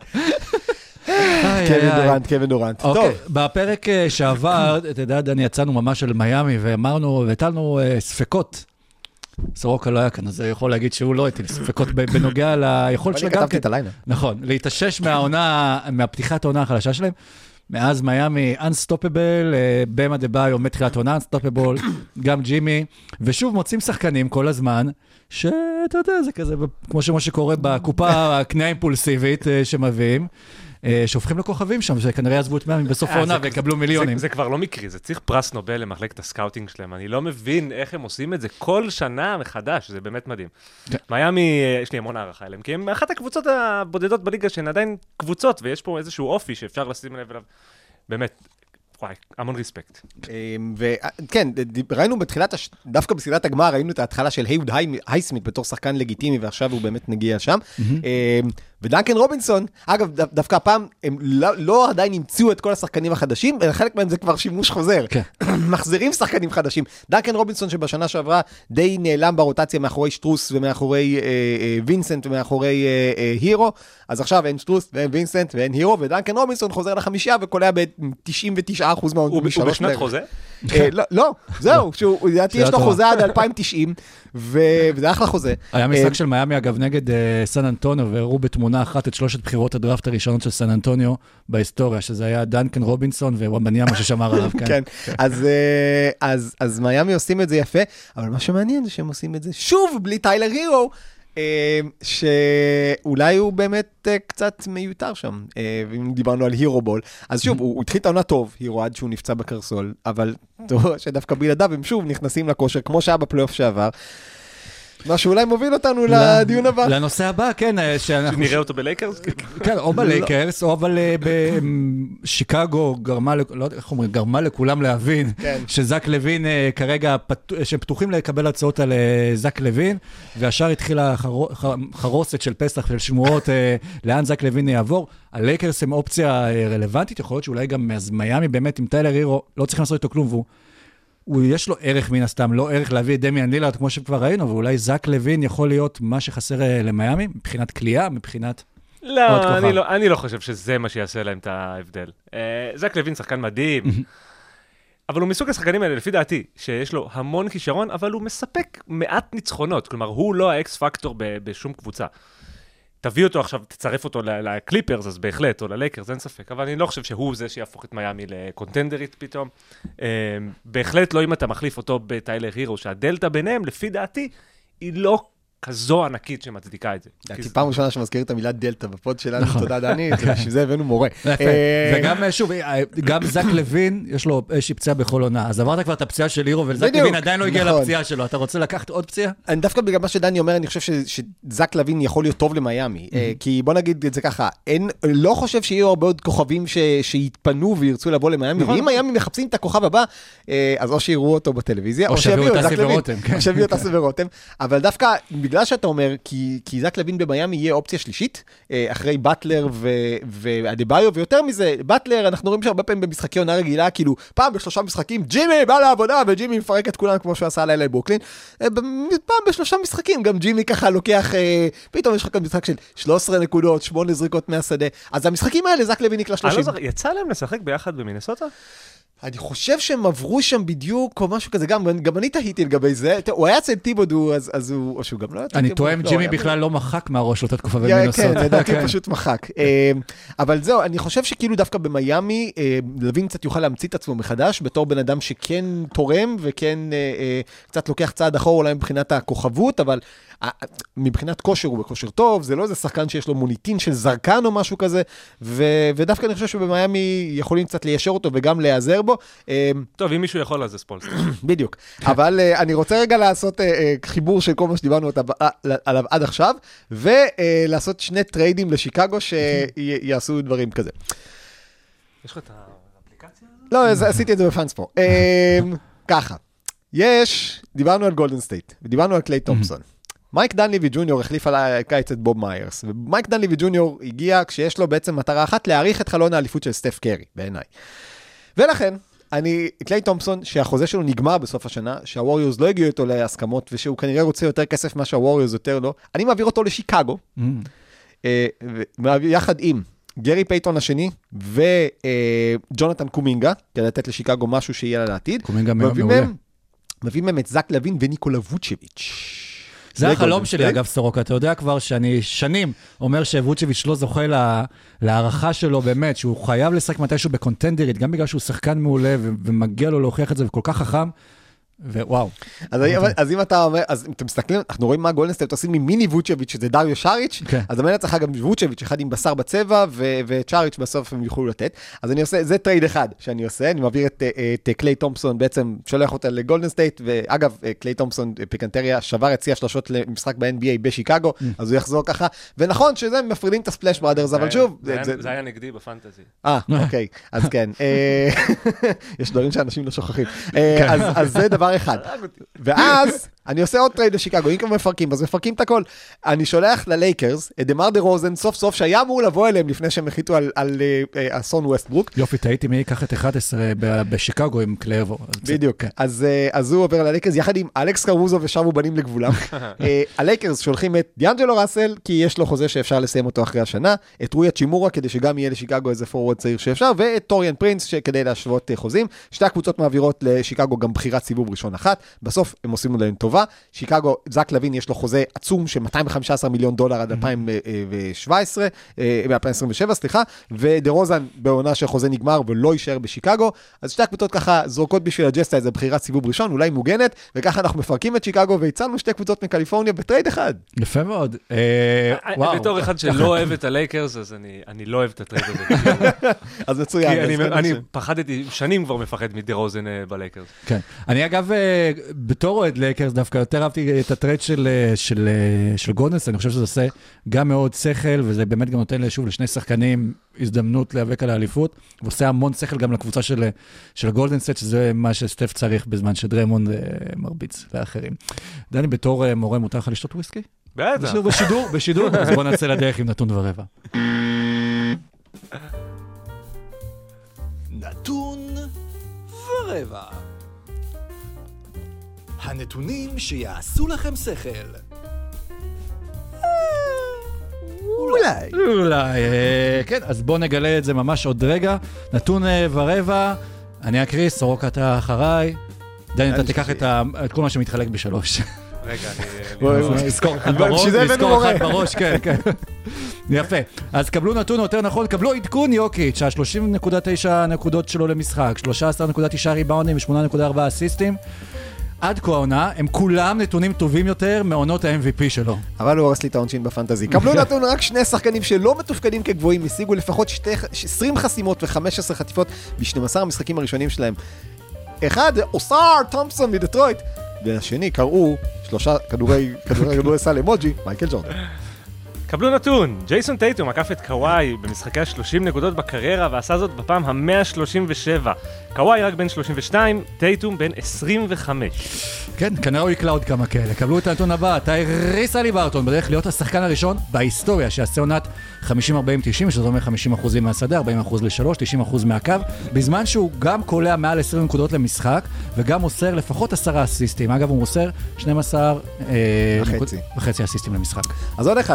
קווין דורנט, קווין דורנט. טוב. בפרק שעבר, אתה יודע, דני, יצאנו ממש של מיאמי, ואמרנו, והטלנו ספקות. סורוקה לא היה כאן, אז זה יכול להגיד שהוא לא הטיל ספקות בנוגע ליכולת שלה גם כן. אני כתבתי את הלילה. נכון, להתאושש מהעונה, מהפתיחת העונה החלשה שלהם. מאז מיאמי, Unstoppable, במה דבאיו, מתחילת עונה, Unstoppable, גם ג'ימי, ושוב מוצאים שחקנים כל הזמן, שאתה יודע, זה כזה, כמו שמה שקורה בקופה הקנייה האימפולסיבית שמביאים, שהופכים לכוכבים שם, שכנראה יעזבו את מיאמי בסוף העונה ויקבלו מיליונים. זה כבר לא מקרי, זה צריך פרס נובל למחלקת הסקאוטינג שלהם. אני לא מבין איך הם עושים את זה כל שנה מחדש, זה באמת מדהים. מיאמי, יש לי המון הערכה אליהם, כי הם אחת הקבוצות הבודדות בליגה שהן עדיין קבוצות, ויש פה איזשהו אופי שאפשר לשים לב אליו. באמת, וואי, המון ריספקט. וכן, ראינו בתחילת, דווקא בסדרת הגמר, ראינו את ההתחלה של היוד הייסמית בתור שחקן לגיטימי, ועכשיו הוא באמת נגיע שם. ודנקן רובינסון, אגב, דווקא הפעם, הם לא עדיין המציאו את כל השחקנים החדשים, אלא חלק מהם זה כבר שימוש חוזר. מחזירים שחקנים חדשים. דנקן רובינסון שבשנה שעברה די נעלם ברוטציה מאחורי שטרוס ומאחורי וינסנט ומאחורי הירו, אז עכשיו אין שטרוס ואין וינסנט ואין הירו, ודנקן רובינסון חוזר לחמישה וקולע ב-תשעים ותשעה אחוז מהעונה. הוא בשנת חוזה? לא, זהו, יש לו חוזה עד אלפיים תשעים, וזה אחלה חוזה. היה משחק של מיאמי, אגב, נגד סן אנטוניו, והראו בתמונה אחת את שלושת בחירות הדראפט הראשונות של סן אנטוניו בהיסטוריה, שזה היה דנקן רובינסון ווואמבניאמה ששמר עליו. כן, אז מיאמי עושים את זה יפה, אבל מה שמעניין זה שהם עושים את זה שוב בלי טיילר הירו, שאולי הוא באמת קצת מיותר שם, ואם דיברנו על הירו בול, אז שוב, הוא התחיל את העונה טוב, הירו עד שהוא נפצע בקרסול, אבל שדווקא בלעדיו הם שוב נכנסים לכושר, כמו שהיה בפלייאוף שעבר, מה שאולי מוביל אותנו לדיון הבא. לנושא הבא, כן. שנראה אותו בלייקרס? כן, או בלייקרס, או אבל בשיקגו גרמה לכולם להבין שזק לוין כרגע, שהם פתוחים לקבל הצעות על זק לוין, והשאר התחילה חרוסת של פסח של שמועות לאן זק לוין יעבור. הלייקרס הם אופציה רלוונטית, יכול להיות שאולי גם מיאמי באמת עם טיילר הירו, לא צריכים לעשות איתו כלום, והוא הוא יש לו ערך מן הסתם, לא ערך להביא את דמיאן לילארד כמו שכבר ראינו, ואולי זק לוין יכול להיות מה שחסר למיאמי, מבחינת קליעה, מבחינת לא, אני לא, אני לא חושב שזה מה שיעשה להם את ההבדל. זק לוין שחקן מדהים, אבל הוא מסוג השחקנים האלה, לפי דעתי, שיש לו המון כישרון, אבל הוא מספק מעט ניצחונות, כלומר, הוא לא האקס פקטור בשום קבוצה. תביא אותו עכשיו, תצרף אותו לקליפרס, אז בהחלט, או ללייקרס, אין ספק, אבל אני לא חושב שהוא זה שיהפוך את מיאמי לקונטנדרית פתאום. בהחלט לא אם אתה מחליף אותו בטיילר הירו, שהדלטה ביניהם, לפי דעתי, היא לא כזו ענקית שמצדיקה את זה. דעתי פעם ראשונה שמזכיר את המילה דלטה בפוד שלנו, תודה דני, בשביל זה הבאנו מורה. וגם, שוב, גם זק לוין, יש לו איזושהי פציעה בכל עונה, אז עברת כבר את הפציעה של הירו, וזק לוין עדיין לא הגיע לפציעה שלו. אתה רוצה לקחת עוד פציעה? אני דווקא בגלל מה שדני אומר, אני חושב שזק לוין יכול להיות טוב למיאמי, כי בוא נגיד את זה ככה, לא חושב שיהיו הרבה עוד כוכבים שיתפנו וירצו לבוא למיאמי, ואם מיאמי מחפשים את הכוכב הבא, אז או שיראו אותו בטלוויזיה, או שיביאו את זק לוין, או שיביאו את אסי ורותם, אבל דווקא בגלל שאתה אומר, כי, כי זק לוין במיאמי יהיה אופציה שלישית, אחרי באטלר ואדבאיו, ויותר מזה, באטלר, אנחנו רואים שהרבה פעמים במשחקי עונה רגילה, כאילו, פעם בשלושה משחקים, ג'ימי בא לעבודה, וג'ימי מפרק את כולם כמו שהוא עשה לילה בברוקלין, פעם בשלושה משחקים, גם ג'ימי ככה לוקח, פתאום יש לך כאן משחק של שלוש עשרה נקודות, שמונה זריקות מהשדה, אז המשחקים האלה, זק לוין נקלה שלושים. יצא להם לשחק ביחד במינסוטה? אני חושב שהם עברו שם בדיוק או משהו כזה, גם, גם אני תהיתי לגבי זה, הוא היה אצל טיבודו, אז, אז הוא, או שהוא גם לא לא אני טועה אם ג'ימי בכלל לא מחק מהראש אותה תקופה במינוסוטה. כן, לדעתי הוא פשוט מחק. אבל זהו, אני חושב שכאילו דווקא במיימי, לוין קצת יוכל להמציא את עצמו מחדש, בתור בן אדם שכן תורם, וכן קצת לוקח צעד אחור אולי מבחינת הכוכבות, אבל מבחינת כושר הוא בכושר טוב, זה לא איזה שחקן שיש לו מוניטין של זרקן או משהו כזה, ודווקא אני חושב שבמיימי יכולים קצת ליישר אותו וגם להיעזר בו. טוב, אם מישהו יכול, אז זה ספולסטר. בדיוק. אבל אני רוצה רגע לעשות חיבור של כל מה שדיברנו עליו עד עכשיו, ולעשות שני טריידים לשיקגו שיעשו דברים כזה. יש לך את האפליקציה? לא, עשיתי את זה בפאנספור. ככה, יש, דיברנו על גולדן סטייט, ודיברנו על קליי תומפסון. מייק דנליבי ג'וניור החליף על הקיץ את בוב מיירס, ומייק דנליבי ג'וניור הגיע כשיש לו בעצם מטרה אחת, להאריך את חלון האליפות של סטף קרי, בעיניי. ולכן, אני, קליי תומפסון, שהחוזה שלו נגמר בסוף השנה, שהווריורס לא הגיעו איתו להסכמות, ושהוא כנראה רוצה יותר כסף מה שהווריורס יותר לא, אני מעביר אותו לשיקגו, יחד עם גרי פייטון השני, וג'ונתן קומינגה, כדי לתת לשיקגו משהו שיהיה לעתיד. קומינגה מעולה. מביאים מהם את זק לוין וניקולה ווצ'ביץ'. זה החלום שלי, אגב, סורוקה. אתה יודע כבר שאני שנים אומר שווצ'ביץ' לא זוכה להערכה שלו באמת, שהוא חייב לשחק מתישהו בקונטנדרית, גם בגלל שהוא שחקן מעולה ומגיע לו להוכיח את זה, וכל כך חכם. ווואו. אז אם אתה אומר, אז אם אתם מסתכלים, אנחנו רואים מה גולדן סטייט עושים ממיני ווצ'ביץ', שזה דריו שריץ', אז המנהל צריך גם ווצ'ביץ', אחד עם בשר בצבע, וצ'ריץ' בסוף הם יוכלו לתת. אז אני עושה, זה טרייד אחד שאני עושה, אני מעביר את קליי תומפסון, בעצם שולח אותה לגולדן סטייט, ואגב, קליי תומפסון, פיקנטריה, שבר הציע שלושות למשחק ב-אן בי איי בשיקגו, אז הוא יחזור ככה, ונכון שזה מפרידים את הספלאש בראדרס, אבל שוב, זה היה נגדי בפנטזי. אה, אוקיי, אז כן. יש דברים שאנשים לא שוכחים. אז זה דבר אחד. ואז אני עושה עוד טרייד לשיקגו, אם כבר מפרקים, אז מפרקים את הכל. אני שולח ללייקרס את דמר דה רוזן, סוף סוף, שהיה אמור לבוא אליהם לפני שהם החליטו על אסון ווסטברוק. יופי, תהיתי מי ייקח את אחת עשרה בשיקגו עם קלייבו. בדיוק. אז הוא עובר ללייקרס, יחד עם אלכס קרוזו ושבו בנים לגבולם. הלייקרס שולחים את דיאנג'לו ראסל, כי יש לו חוזה שאפשר לסיים אותו אחרי השנה, את רויה צ'ימורה, כדי שגם יהיה לשיקגו איזה פורוורד צעיר שאפשר, ואת טוריאן פרינס, כדי להשוות חוזים. שתי הקבוצות מעבירות לשיקגו גם בחירת סיבוב ראשון אחת. בסוף הם עושים להם טובה. שיקגו, זק לוין יש לו חוזה עצום של מאתיים וחמישה עשר מיליון דולר עד אלפיים שבע עשרה, אלפיים עשרים ושבע, סליחה, ודה רוזן בעונה שחוזה נגמר ולא יישאר בשיקגו. אז שתי הקבוצות ככה זורקות בשביל הג'סטה איזה בחירת סיבוב ראשון, אולי מוגנת, וככה אנחנו מפרקים את שיקגו והצלנו שתי קבוצות מקליפורניה בטרייד אחד. יפה מאוד. בתור אחד שלא אוהב את הלייקרס, אז אני לא אוהב את הטרייד הזה. אז מצוין. אני פחדתי, שנים כבר מפחד מדה רוזן בלייקרס. כן. אני אגב, בתור אוהד לייקרס, דווקא יותר אהבתי את הטרייד של, של, של גולדנסט, אני חושב שזה עושה גם מאוד שכל, וזה באמת גם נותן שוב לשני שחקנים הזדמנות להיאבק על האליפות, ועושה המון שכל גם לקבוצה של, של גולדנסט, שזה מה שסטף צריך בזמן שדרמונד מרביץ לאחרים. דני, בתור מורה מותר לך לשתות וויסקי? בטח. בשידור, בשידור, אז בוא נצא לדרך עם נתון ורבע. נתון ורבע. הנתונים שיעשו לכם שכל. אולי. אולי, כן, אז בוא נגלה את זה ממש עוד רגע. נתון ורבע, אני אקריא, סורוקה אתה אחריי. דני, אתה תיקח את כל מה שמתחלק בשלוש. רגע, אני... אזכור אחד בראש, אזכור אחד בראש, כן, כן. יפה. אז קבלו נתון, יותר נכון, קבלו עדכון יוקיץ', ה-שלושים נקודה תשע נקודות שלו למשחק, שלוש עשרה נקודה תשע ריבאונדים ו-שמונה נקודה ארבע אסיסטים. עד כה העונה, הם כולם נתונים טובים יותר מעונות ה-אם וי פי שלו. אבל הוא הרס לי את העונשין בפנטזי. קבלו נתון, רק שני שחקנים שלא מתופקדים כגבוהים, השיגו לפחות עשרים חסימות ו-חמש עשרה חטיפות ב-שנים עשר המשחקים הראשונים שלהם. אחד, אוסאר תומפסון מדטרויט, והשני קראו שלושה כדורי כדורי סל אמוג'י, מייקל ג'ורדן. קבלו נתון, ג'ייסון טייטום עקף את קוואי במשחקי שלושים נקודות בקריירה ועשה זאת בפעם ה-מאה שלושים ושבע. קוואי רק בן שלושים ושתיים, טייטום בן עשרים וחמש. כן, כנראה הוא יקלע עוד כמה כאלה. קבלו את הנתון הבא, טייריס הליברטון בדרך להיות השחקן הראשון בהיסטוריה שיעשה עונת חמישים ארבעים תשעים, שזה אומר חמישים אחוז מהשדה, ארבעים אחוז לשלוש, תשעים אחוז מהקו, בזמן שהוא גם קולע מעל עשרים נקודות למשחק, וגם מוסר לפחות עשרה אסיסטים. אגב, הוא מוסר שנים עשר וחצי אסיסטים למשחק. אז עוד אחד,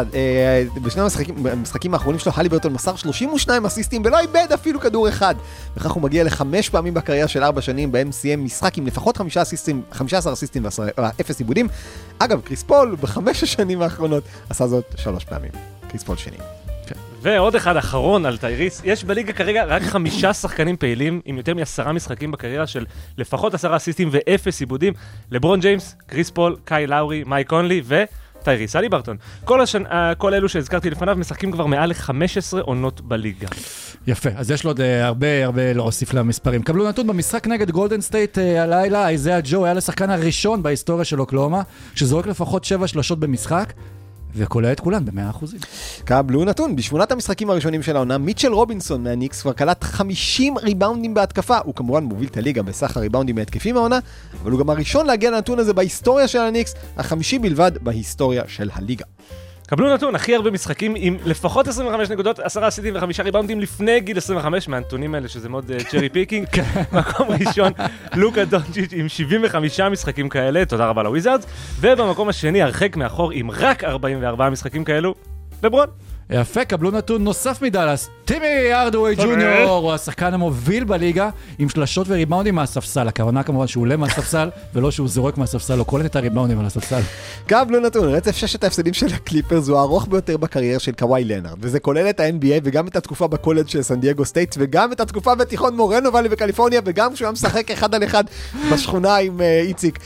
בשני המשחקים, המשחקים האחרונים שלו, הליברטון מסר שלושים ושניים אסיסטים ולא איבד אפילו כדור אחד. וכך הוא מגיע לחמש פעמים בקריירה של ארבע שנים, בהם סיים משחק עם לפחות חמישה אסיסטים, חמישה עשר אסיסטים ואפס עיבודים. אגב, קריס פול בחמש השנים האחרונות עשה זאת שלוש פעמים. קריס פול שני. ועוד אחד אחרון על טייריס, יש בליגה כרגע רק חמישה שחקנים פעילים עם יותר מעשרה משחקים בקריירה של לפחות עשרה אסיסטים ואפס עיבודים, לברון ג'יימס, קריס פול, קאי לאורי, מייק קונלי וטייריס הליברטון. כל, השנ... כל אלו שהזכרתי לפניו משחקים כבר מעל ל-חמש עשרה עונות בליגה. יפה, אז יש לו עוד הרבה הרבה להוסיף למספרים. קבלו נתון במשחק נגד גולדן סטייט הלילה, איזיה ג'ו היה לשחקן הראשון בהיסטוריה של אוקלהומה, שזורק לפחות שבע שלושות במשחק, וכולל את כולן ב-מאה אחוזים. קבלו נתון, בשמונת המשחקים הראשונים של העונה, מיטשל רובינסון מהניקס כבר קלט חמישים ריבאונדים בהתקפה. הוא כמובן מוביל את הליגה בסך הריבאונדים בהתקפים מהעונה, אבל הוא גם הראשון להגיע לנתון הזה בהיסטוריה של הניקס, החמישי בלבד בהיסטוריה של הליגה. קבלו נתון, הכי הרבה משחקים עם לפחות עשרים וחמש נקודות, עשרה אסיסטים וחמישה ריבאונדים לפני גיל עשרים וחמש, מהנתונים האלה שזה מאוד צ'רי פיקינג. מקום ראשון, לוקה דונצ'יץ' עם שבעים וחמישה משחקים כאלה, תודה רבה לוויזארדס. ובמקום השני, הרחק מאחור עם רק ארבעים וארבעה משחקים כאלו, לברון. יפה, קבלו נתון נוסף מדלס. טימי ארדווי ג'וניור הוא השחקן המוביל בליגה עם שלשות וריבאונדים מהספסל. הכוונה כמובן שהוא עולה מהספסל ולא שהוא זורק מהספסל, או קולט את הריבאונדים על הספסל. קבלו נתון, רצף ששת ההפסדים של הקליפרס הוא הארוך ביותר בקריירה של קוואי לנארד, וזה כולל את ה-אן בי איי וגם את התקופה בקולג' של סן דייגו סטייט וגם את התקופה בתיכון מורנו ואלי בקליפורניה וגם כשהוא היה משחק אחד על אחד בשכונה עם איציק.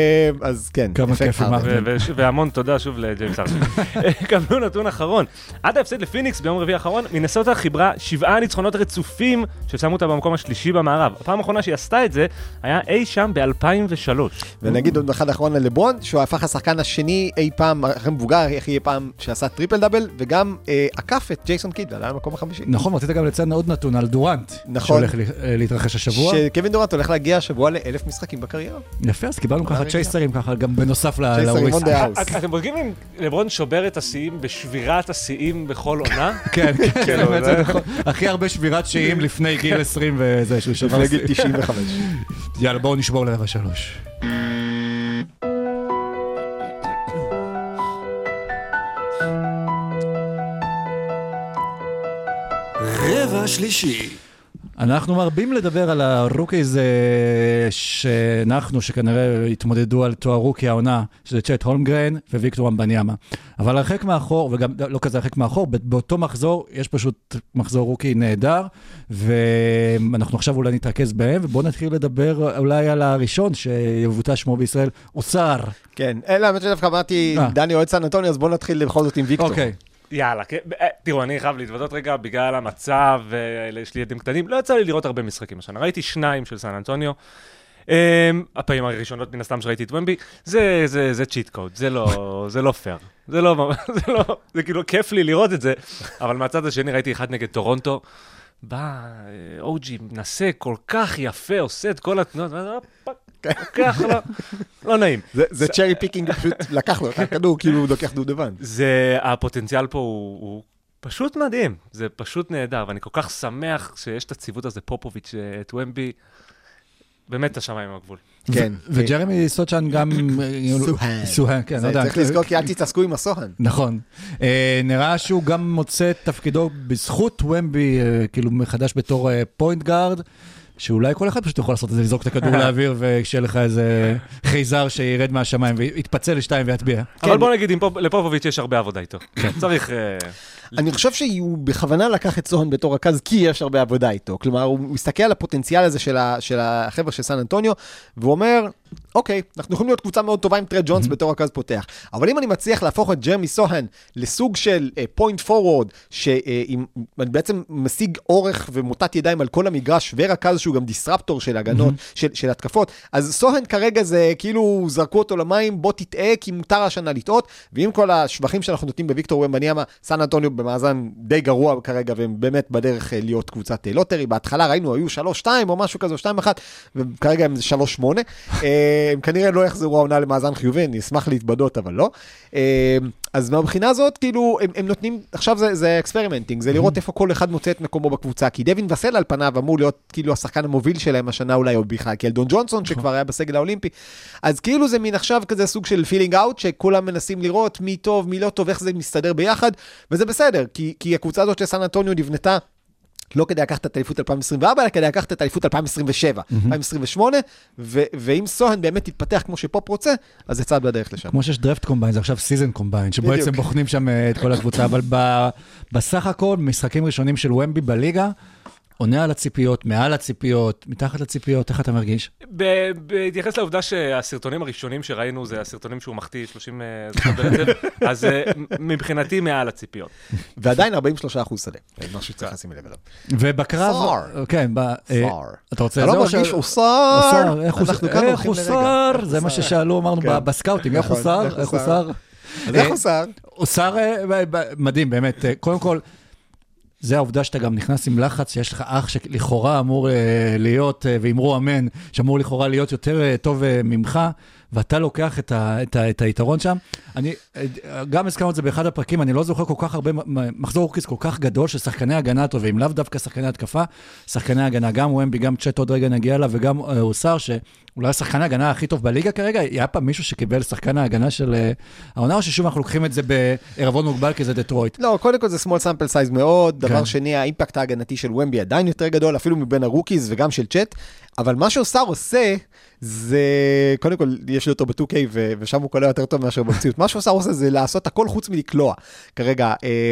אז כן, כמה כיף עם ארדן. והמון תודה שוב לג'יימס ארדן. קבלו נתון אחרון. עד ההפסד לפיניקס ביום רביעי האחרון, מינסוטה חיברה שבעה ניצחונות רצופים ששמו אותה במקום השלישי במערב. הפעם האחרונה שהיא עשתה את זה היה אי שם ב-אלפיים ושלוש. ונגיד עוד אחד האחרון ללברון, שהוא הפך השחקן השני אי פעם, אחרי מבוגר, איך יהיה פעם שעשה טריפל דאבל, וגם אה, עקף את ג'ייסון קיד, ועלה למקום החמישי. נכון, רצית גם לציין עוד נתון על דורנט, נכון. שהולך להתרחש השבוע. שקווין דורנט הולך להגיע השבוע לאלף משחקים בקריירה. יפה, אז קיבלנו ככה צ'ייסרים, ככה גם בנוסף צ'ייסרים on the house. אתם בודקים אם לברון שובר את השיאים בשבירת השיאים בכל עונה? כן, כן, הכי הרבה שבירת שיאים לפני גיל עשרים וזה שהוא שבר. לפני גיל תשעים וחמש. יאללה, בואו נשבור לרבע שלוש. רבע שלישי. אנחנו מרבים לדבר על הרוקיז שאנחנו, שכנראה התמודדו על תואר רוקי העונה, שזה צ'ט הולמגרן וויקטור אמבניאמה. אבל הרחק מאחור, וגם לא כזה הרחק מאחור, באותו מחזור יש פשוט מחזור רוקי נהדר, ואנחנו עכשיו אולי נתרכז בהם, ובואו נתחיל לדבר אולי על הראשון שיבוטה שמו בישראל, אוסר. כן, אלא האמת שדווקא אמרתי, דני אוהד סן אנטוניו, אז בואו נתחיל בכל זאת עם ויקטור. אוקיי. יאללה, תראו, אני חייב להתוודות רגע בגלל המצב, יש לי ידים קטנים, לא יצא לי לראות הרבה משחקים השנה, ראיתי שניים של סן אנטוניו, הפעמים הראשונות מן הסתם שראיתי את ומבי, זה צ'יט קוד, זה לא פייר, זה לא, זה כאילו כיף לי לראות את זה, אבל מהצד השני ראיתי אחד נגד טורונטו, בא, אוג'י מנסה כל כך יפה, עושה את כל התנועות, לוקח, לא נעים. זה צ'רי פיקינג, פשוט לקח לו, הכדור כאילו הוא לוקח דודבן. זה, הפוטנציאל פה הוא פשוט מדהים, זה פשוט נהדר, ואני כל כך שמח שיש את הציוות הזה, פופוביץ', את ומבי, באמת השמיים הגבול. כן. וג'רמי סוצ'אן גם... סוהן. סוהן, כן, לא יודע. צריך לזכור כי אל תתעסקו עם הסוהן. נכון. נראה שהוא גם מוצא את תפקידו בזכות ומבי, כאילו מחדש בתור פוינט גארד, שאולי כל אחד פשוט יכול לעשות את זה, לזרוק את הכדור לאוויר, וכשיהיה לך איזה חייזר שירד מהשמיים, ויתפצל לשתיים ויתביע. אבל בוא נגיד, לפופוביץ' יש הרבה עבודה איתו. צריך... אני חושב שהוא בכוונה לקח את סוהן בתור רכז, כי יש הרבה עבודה איתו. כלומר, הוא מסתכל על הפוטנציאל הזה של החבר'ה של סן אנטוניו, והוא אומר, אוקיי, אנחנו יכולים להיות קבוצה מאוד טובה עם טרד ג'ונס בתור רכז פותח. אבל אם אני מצליח להפוך את ג'רמי סוהן לסוג של פוינט פורוורד, שבעצם משיג אורך ומוטת ידיים על כל המגרש, ורכז שהוא גם דיסרפטור של הגנות, של התקפות, אז סוהן כרגע זה כאילו זרקו אותו למים, בוא תטעה, כי מותר השנה לטעות, ועם כל השבחים שאנחנו נותנים בוויקטור ומבניאמה, סן אנטוניו במאזן די גרוע כרגע, והם באמת בדרך להיות קבוצת לוטרי. בהתחלה ראינו, היו שלוש שתיים או משהו כזה, שתיים אחת, וכרגע הם שלוש שמונה. הם כנראה לא יחזרו העונה למאזן חיובי, אני אשמח להתבדות, אבל לא. אז מהבחינה הזאת, כאילו, הם, הם נותנים, עכשיו זה, זה אקספרימנטינג, זה לראות איפה כל אחד מוצא את מקומו בקבוצה, כי דווין וסל על פניו אמור להיות כאילו השחקן המוביל שלהם השנה אולי, או בכלל, כי אלדון ג'ונסון שכבר היה בסגל האולימפי, אז כאילו זה מין עכשיו כזה סוג של פילינג אאוט, שכולם מנסים לראות מי טוב, מי לא טוב, איך זה מסתדר ביחד, וזה בסדר, כי, כי הקבוצה הזאת של סן אנטוניו נבנתה, לא כדי לקחת את האליפות אלפיים עשרים וארבע, אלא כדי לקחת את האליפות אלפיים עשרים ושבע, אלפיים עשרים ושמונה, ואם סוהן באמת תתפתח כמו שפופ רוצה, אז זה צעד בדרך לשם. כמו שיש דרפט קומביין, זה עכשיו סיזן קומביין, שבו בעצם בוחנים שם את כל הקבוצה, אבל בסך הכל, משחקים ראשונים של ומבי בליגה, עונה על הציפיות, מעל הציפיות, מתחת לציפיות, איך אתה מרגיש? בהתייחס לעובדה שהסרטונים הראשונים שראינו, זה הסרטונים שהוא מחטיא שלושים זכות ברצף, אז מבחינתי מעל הציפיות. ועדיין ארבעים ושלושה אחוז שדה, משהו שצריך לשים לב אליו. ובקרב, כן, אתה רוצה... אתה לא מרגיש אוסר? איך אוסר? זה מה ששאלו, אמרנו בסקאוטים, איך אוסר? איך אוסר? אז איך אוסר? אוסר מדהים, באמת, קודם כל, זה העובדה שאתה גם נכנס עם לחץ, שיש לך אח שלכאורה אמור להיות, ואמרו אמן, שאמור לכאורה להיות יותר טוב ממך, ואתה לוקח את, ה, את, ה, את היתרון שם. אני גם הזכרנו את זה באחד הפרקים, אני לא זוכר כל כך הרבה, מחזור רוקייס כל כך גדול, של שחקני הגנה טובים, לאו דווקא שחקני התקפה, שחקני הגנה, גם ומבי, גם צ'אט עוד רגע נגיע אליו, וגם אוסר, שאולי שחקני ההגנה הכי טוב בליגה כרגע, היה פעם מישהו שקיבל שחקן ההגנה של העונה, או ששוב אנחנו לוקחים את זה בערבון מוגבל, כי זה דטרויט. לא, קודם כל זה small sample size מאוד, דבר שני, האימפקט ההגנתי של ומבי עדיין יותר גדול, אפילו מבין הרוקייז וגם של צ'אט, אבל מה שאוסר עושה, זה, קודם כל, יש לי אותו ב-טו קיי, ושם הוא קולע יותר טוב מאשר במציאות. מה שאוסר עושה זה לעשות הכל חוץ מלקלוע, כרגע,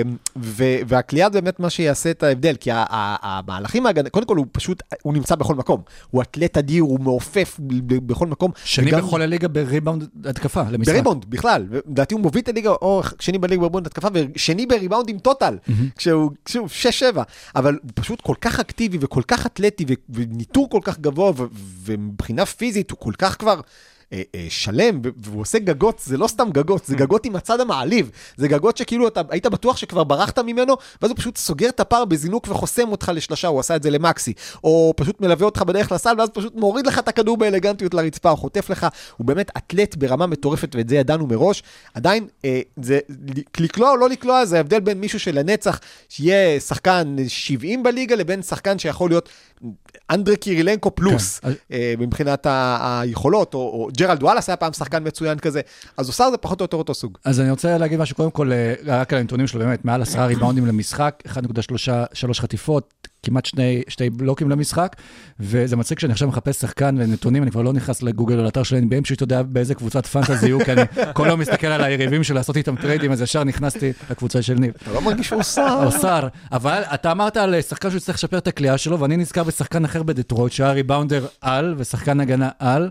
והקליעה באמת מה שיעשה את ההבדל, כי המהלכים, קודם כל, הוא פשוט, הוא נמצא בכל מקום. הוא אתלט אדיר, הוא מעופף בכל מקום. שני בכל הליגה בריבאונד התקפה, למשחק. בריבאונד, בכלל. לדעתי הוא מוביל את הליגה, או שני בליגה בריבאונד התקפה, ושני בריבאונד עם טוטל, כשהוא, שוב, שש שבע. אבל הוא פשוט כל כך אקטיבי וכל כך אתלטי, וניטור כל כך גבוה, ומבחינה פיזית הוא כל כך כבר אה, אה, שלם, והוא עושה גגות, זה לא סתם גגות, זה גגות עם הצד המעליב, זה גגות שכאילו אתה היית בטוח שכבר ברחת ממנו, ואז הוא פשוט סוגר את הפער בזינוק וחוסם אותך לשלושה, הוא עשה את זה למקסי, או פשוט מלווה אותך בדרך לסל, ואז פשוט מוריד לך את הכדור באלגנטיות לרצפה, או חוטף לך, הוא באמת אתלט ברמה מטורפת, ואת זה ידענו מראש, עדיין, אה, זה, לקלוע או לא לקלוע, זה ההבדל בין מישהו שלנצח, שיהיה שחקן שבעים בליגה, לבין שחקן שיכול להיות אנדרי קירילנקו פלוס, מבחינת היכולות, או ג'רלד וואלאס היה פעם שחקן מצוין כזה, אז עושה זה פחות או יותר אותו סוג. אז אני רוצה להגיד משהו, קודם כל, רק על הנתונים שלו, באמת, מעל עשרה ריבאונדים למשחק, אחת נקודה שלוש חטיפות, כמעט שני, שתי בלוקים למשחק, וזה מצחיק שאני עכשיו מחפש שחקן ונתונים, אני כבר לא נכנס לגוגל או לאתר של אן בי איי, פשוט יודע באיזה קבוצת פנטזי הוא, כי אני כל לא מסתכל על היריבים של לעשות איתם טריידים, אז ישר נכנסתי לקבוצה של ניב. אתה לא מרגיש אוסר. אוסר, אבל אתה אמרת על שחקן שהוא צריך לשפר את הקליעה שלו, ואני נזכר בשחקן אחר בדטרויט, שהיה ריבאונדר על, ושחקן הגנה על,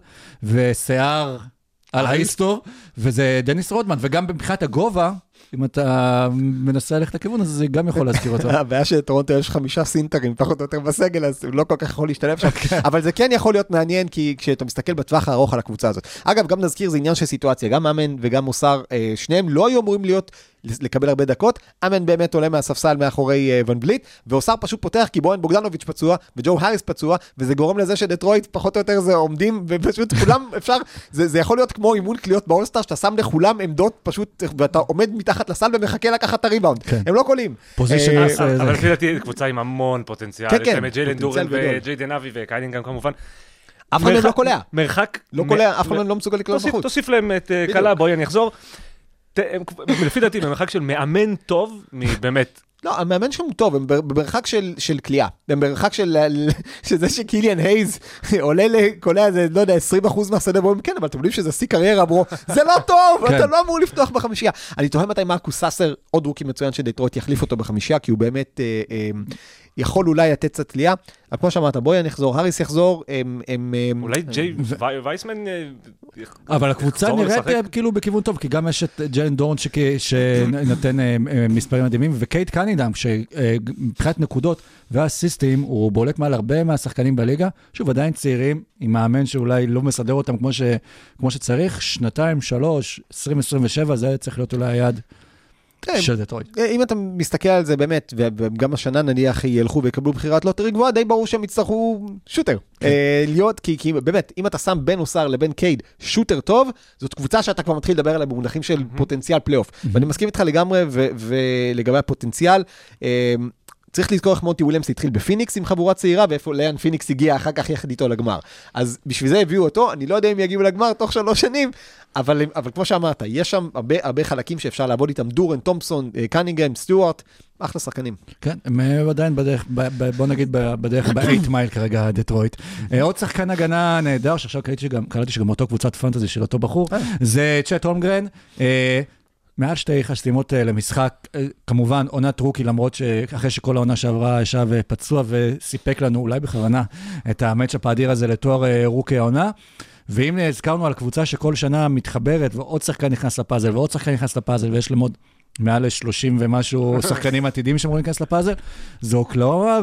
ושיער על ההיסטור, וזה דניס רודמן, וגם מבחינת הגובה, אם אתה מנסה ללכת לכיוון, אז זה גם יכול להזכיר אותו. הבעיה שטורונטו יש חמישה סינטרים, פחות או יותר בסגל, אז הוא לא כל כך יכול להשתלב שם, אבל זה כן יכול להיות מעניין, כי כשאתה מסתכל בטווח הארוך על הקבוצה הזאת. אגב, גם נזכיר, זה עניין של סיטואציה, גם אמן וגם מוסר, שניהם לא היו אמורים להיות, לקבל הרבה דקות, אמן באמת עולה מהספסל מאחורי ון בליט, ואוסר פשוט פותח, כי בואן בוגדנוביץ' פצוע, וג'ו האריס פצוע, וזה גורם לזה שדטרויט פחות או יותר זה עומדים, ופשוט כולם אפשר, זה, זה יכול להיות כמו אימון קליות באולסטאר, שאתה שם לכולם עמדות פשוט, ואתה עומד מתחת לסל ומחכה לקחת את הריבאונד. הם לא קולים. אבל לפי דעתי קבוצה עם המון פוטנציאל, יש להם את ג'יילן דורן וג'יידן אבי וקיינינגן גם כמובן. אף אחד לא קולע. מרחק. לא קולע, אף אחד לא מסוגל לקלוע בחוץ. תוסיף להם את קלה, בואי אני אחזור. לפי דעתי, במרחק של מאמן טוב, מבאמת... לא, המאמן שם הוא טוב, הם במרחק של קליעה. הם במרחק של זה שקיליאן הייז עולה לקולע, זה לא יודע, עשרים אחוז מהשדה בו, כן, אבל אתם יודעים שזה שיא קריירה, ברו. זה לא טוב, אתה לא אמור לפתוח בחמישייה. אני תוהה מתי מרקוס סאסר, עוד רוקי מצוין של דטרויט, יחליף אותו בחמישייה, כי הוא באמת... יכול אולי לתת קצת תלייה, אבל כמו שאמרת, בואי נחזור, האריס יחזור, הם... הם אולי ג'יי וייסמן... אבל הקבוצה נראית כאילו בכיוון טוב, כי גם יש את ג'יילן דורן שנתן מספרים מדהימים, וקייט קנידם, שמבחינת נקודות והסיסטים, הוא בולט מעל הרבה מהשחקנים בליגה, שוב, עדיין צעירים, עם מאמן שאולי לא מסדר אותם כמו, ש, כמו שצריך, שנתיים, שלוש, עשרים עשרים ושבע, זה צריך להיות אולי היעד. של דטרויט. אם אתה מסתכל על זה באמת, וגם השנה נניח ילכו ויקבלו בחירת לוטרי גבוהה, די ברור שהם יצטרכו שוטר. להיות, כי באמת, אם אתה שם בין אוסר לבין קייד שוטר טוב, זאת קבוצה שאתה כבר מתחיל לדבר עליה במונחים של פוטנציאל פלייאוף. ואני מסכים איתך לגמרי, ולגבי הפוטנציאל, צריך לזכור איך מונטי וויליאמס התחיל בפיניקס עם חבורה צעירה, ואיפה לאן פיניקס הגיע אחר כך יחד איתו לגמר. אז בשביל זה הביאו אותו, אני לא יודע אם יגיעו לגמר תוך שלוש שנים, אבל, אבל כמו שאמרת, יש שם הרבה, הרבה חלקים שאפשר לעבוד איתם, דורן, תומפסון, קנינגהם, סטיוארט, אחלה שחקנים. כן, הם עדיין בדרך, בוא נגיד בדרך, ב-eight מייל כרגע, דטרויט. עוד שחקן הגנה נהדר, שעכשיו קראתי שגם אותו קבוצת פנטזי של אותו בחור, זה צ'ט הולמגרן, מעל שתי חסימות למשחק, כמובן עונת רוקי, למרות שאחרי שכל העונה שעברה ישב פצוע וסיפק לנו אולי בכוונה את המאצ'אפ האדיר הזה לתואר רוקי העונה, ואם הזכרנו על קבוצה שכל שנה מתחברת ועוד שחקן נכנס לפאזל ועוד שחקן נכנס לפאזל ויש להם עוד מעל ל-שלושים ומשהו שחקנים עתידים שאמורים להיכנס לפאזל, זה אוקלאומה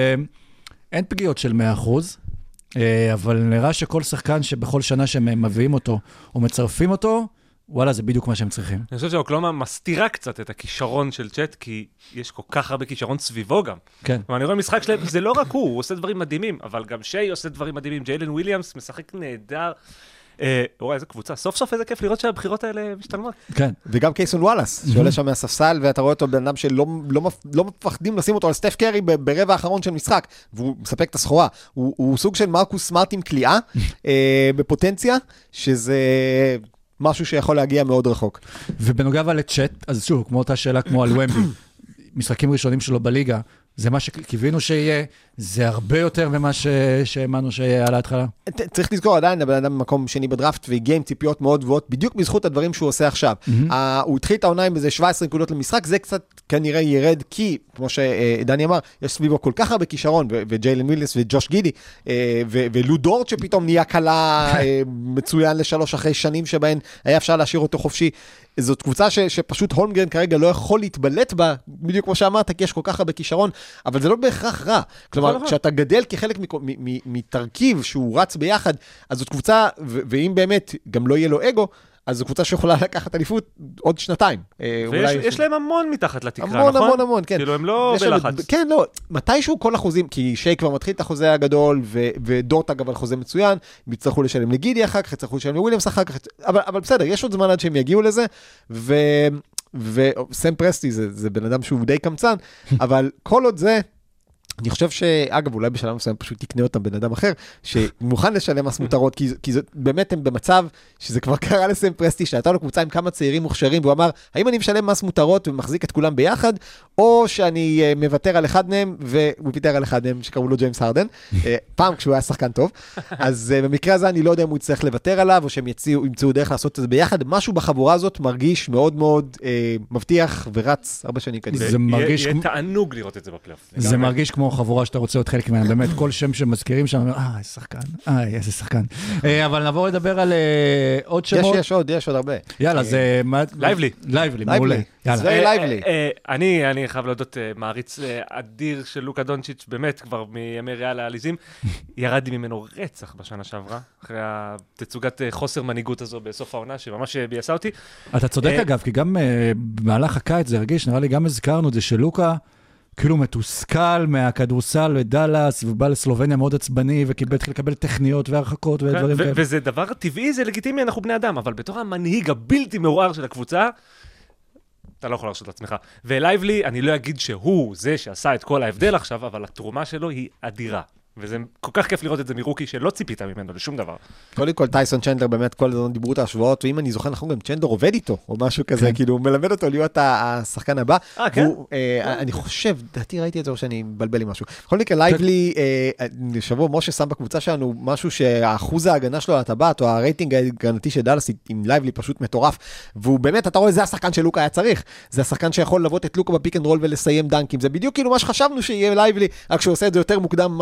ואין פגיעות של מאה אחוז, אבל נראה שכל שחקן שבכל שנה שהם מביאים אותו או מצרפים אותו, וואלה, זה בדיוק מה שהם צריכים. אני חושב שאוקלאומה מסתירה קצת את הכישרון של צ'אט, כי יש כל כך הרבה כישרון סביבו גם. כן. ואני רואה משחק שלהם, זה לא רק הוא, הוא עושה דברים מדהימים, אבל גם שיי עושה דברים מדהימים, ג'יילן וויליאמס משחק נהדר. וואי, איזה קבוצה. סוף סוף איזה כיף לראות שהבחירות האלה משתלמות. כן. וגם קייסון וואלאס, שעולה שם מהספסל, ואתה רואה אותו בן אדם שלא לא, לא מפחדים לשים אותו על סטף קרי ברבע האחרון של משחק, והוא מספק את הסחורה. הוא, הוא סוג של מרקוס סמארט עם קליעה, בפוטנציה, שזה משהו שיכול להגיע מאוד רחוק. ובנוגע לצ'אט, אז שוב, כמו אותה שאלה כמו על ומבי, משחקים ראשונים שלו בליגה, זה מה שקיווינו שיהיה, זה הרבה יותר ממה שהאמנו שיהיה על ההתחלה. צריך לזכור עדיין, הבן אדם במקום שני בדראפט, והגיע עם ציפיות מאוד גבוהות, בדיוק בזכות הדברים שהוא עושה עכשיו. הוא התחיל את העונה עם איזה שבע עשרה נקודות למשחק, זה קצת כנראה ירד, כי, כמו שדני אמר, יש סביבו כל כך הרבה כישרון, וג'יילן וויליאמס וג'וש גידי, ולו דורט שפתאום נהיה קלה מצוין לשלוש אחרי שנים שבהן היה אפשר להשאיר אותו חופשי. זאת קבוצה ש, שפשוט הולמגרן כרגע לא יכול להתבלט בה, בדיוק כמו שאמרת, כי יש כל כך הרבה כישרון, אבל זה לא בהכרח רע. כלומר, כשאתה גדל כחלק מתרכיב שהוא רץ ביחד, אז זאת קבוצה, ו- ואם באמת גם לא יהיה לו אגו, אז זו קבוצה שיכולה לקחת אליפות עוד שנתיים. ויש להם המון מתחת לתקרה, נכון? המון, המון, המון, כן. כאילו, הם לא בלחץ. כן, לא. מתישהו כל החוזים, כי שי כבר מתחיל את החוזה הגדול, ודורט אגב על חוזה מצוין, הם יצטרכו לשלם לגידי אחר כך, יצטרכו לשלם לוויליאמס אחר כך, אבל בסדר, יש עוד זמן עד שהם יגיעו לזה, וסם פרסטי זה בן אדם שהוא די קמצן, אבל כל עוד זה, אני חושב שאגב, אולי בשלב מסוים פשוט תקנה אותם בן אדם אחר, שמוכן לשלם מס מותרות, כי, כי זה, באמת הם במצב שזה כבר קרה לסם פרסטי, שהייתה לו קבוצה עם כמה צעירים מוכשרים, והוא אמר, האם אני משלם מס מותרות ומחזיק את כולם ביחד, או שאני uh, מוותר על אחד מהם, והוא פיתר על אחד מהם, שקראו לו ג'יימס הרדן, uh, פעם כשהוא היה שחקן טוב, אז uh, במקרה הזה אני לא יודע אם הוא יצטרך לוותר עליו, או שהם יציעו, ימצאו דרך לעשות את זה ביחד, משהו בחבורה הזאת מרגיש מאוד מאוד uh, מבטיח ורץ הרבה שנים קדימה. זה מרגיש יהיה תענוג לראות את זה בפלייאוף. זה מרגיש כמו חבורה שאתה רוצה להיות חלק ממנה, באמת, כל שם שמזכירים שם, אה, איזה שחקן, אה, איזה שחקן. אבל נעבור לדבר על עוד שמות. יש, יש עוד, יש עוד הרבה. יאללה, זה... לייבלי. לייבלי, מעולה. זה לייבלי. אני, אני חייב להודות, מעריץ אדיר של לוקה דונצ'יץ', באמת, כבר מימי ריאל העליזים, ירדתי ממנו רצח בשנה שעברה, אחרי התצוגת חוסר מנהיגות הזו בסוף העונה, שממש בייסה אותי. אתה צודק אגב, כי גם במהלך הקיץ זה הרגיש, נראה לי גם הזכרנו את זה שלוקה, כאילו מתוסכל מהכדורסל ודלס, ובא לסלובניה מאוד עצבני, וקיבל לקבל טכניות והרחקות ודברים כאלה. וזה דבר טבעי, זה לגיטימי, אנחנו בני אדם, אבל בתור המנהיג הבלתי מעורר של הקבוצה, אתה לא יכול להרשות לעצמך. ולייבלי, אני לא אגיד שהוא זה שעשה את כל ההבדל עכשיו, אבל התרומה שלו היא אדירה. וזה כל כך כיף לראות את זה מרוקי שלא ציפית ממנו לשום דבר. קודם כל, טייסון צ'נדלר באמת כל הזמן דיברו את ההשוואות, ואם אני זוכר נכון גם צ'נדלר עובד איתו, או משהו כזה, כאילו הוא מלמד אותו להיות השחקן הבא. אה, כן? אני חושב, דעתי ראיתי את זה או שאני מבלבל עם משהו. בכל מקרה, לייבלי, שבוע משה שם בקבוצה שלנו, משהו שהאחוז ההגנה שלו על הטבעת, או הרייטינג ההגנתי של דלס עם לייבלי פשוט מטורף, והוא באמת, אתה רואה, זה השחקן שלוקה היה צריך. זה השחקן שיכול לבוא את לוקה בפיק אנד רול ולסיים דנקים. זה בדיוק כאילו מה שחשבנו שיהיה לייבלי, רק שהוא עושה את זה יותר מוקדם ממה שחשבנו.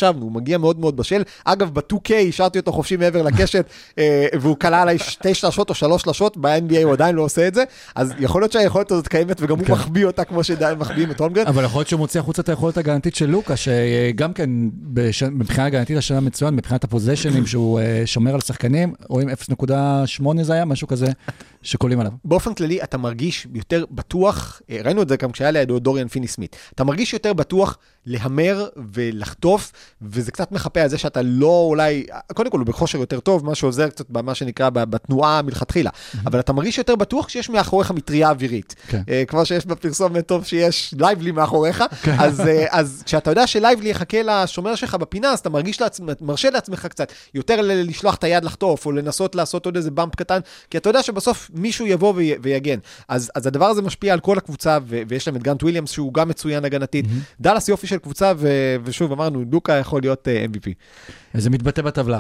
חשבנו, הוא מגיע מאוד מאוד בשל. אגב, ב-טו קיי השארתי אותו חופשי מעבר לקשת, והוא קלה עליי שתי שלשות או שלוש שלשות, ב-אן בי איי הוא עדיין לא עושה את זה, אז יכול להיות שהיכולת הזאת קיימת, וגם הוא מחביא אותה כמו שמחביאים את הולמגרן. אבל יכול להיות שהוא מוציא החוצה את היכולת הגנתית של לוקה, שגם כן, מבחינה הגנתית השנה מצוין, מבחינת הפוזיישנים שהוא שומר על שחקנים, רואים אפס נקודה שמונה זה היה, משהו כזה, שקולים עליו. באופן כללי, אתה מרגיש יותר בטוח, ראינו את זה גם כשהיה לידו דוריאן פיני סמית, אתה מרגיש יותר בטוח להמר ולחטוף, וזה קצת מחפה על זה שאתה לא אולי, קודם כל הוא בכושר יותר טוב, מה שעוזר קצת במה שנקרא בתנועה מלכתחילה, אבל אתה מרגיש יותר בטוח שיש מאחוריך מטריה אווירית. כמו שיש בפרסומת טוב שיש לייבלי מאחוריך, אז כשאתה יודע שלייבלי יחכה לשומר שלך בפינה, אז אתה מרשה לעצמך קצת יותר לשלוח את היד לחטוף, או לנסות לעשות עוד איזה במפ קטן, כי אתה יודע שבסוף מישהו יבוא ויגן. אז הדבר הזה משפיע על כל הקבוצה, ויש להם את גרנט וויליאמס שהוא גם מצוין הגנתית. דאלאס יופי של קבוצה, ושוב אמרנו, לוקה יכול להיות אם וי פי. זה מתבטא בטבלה.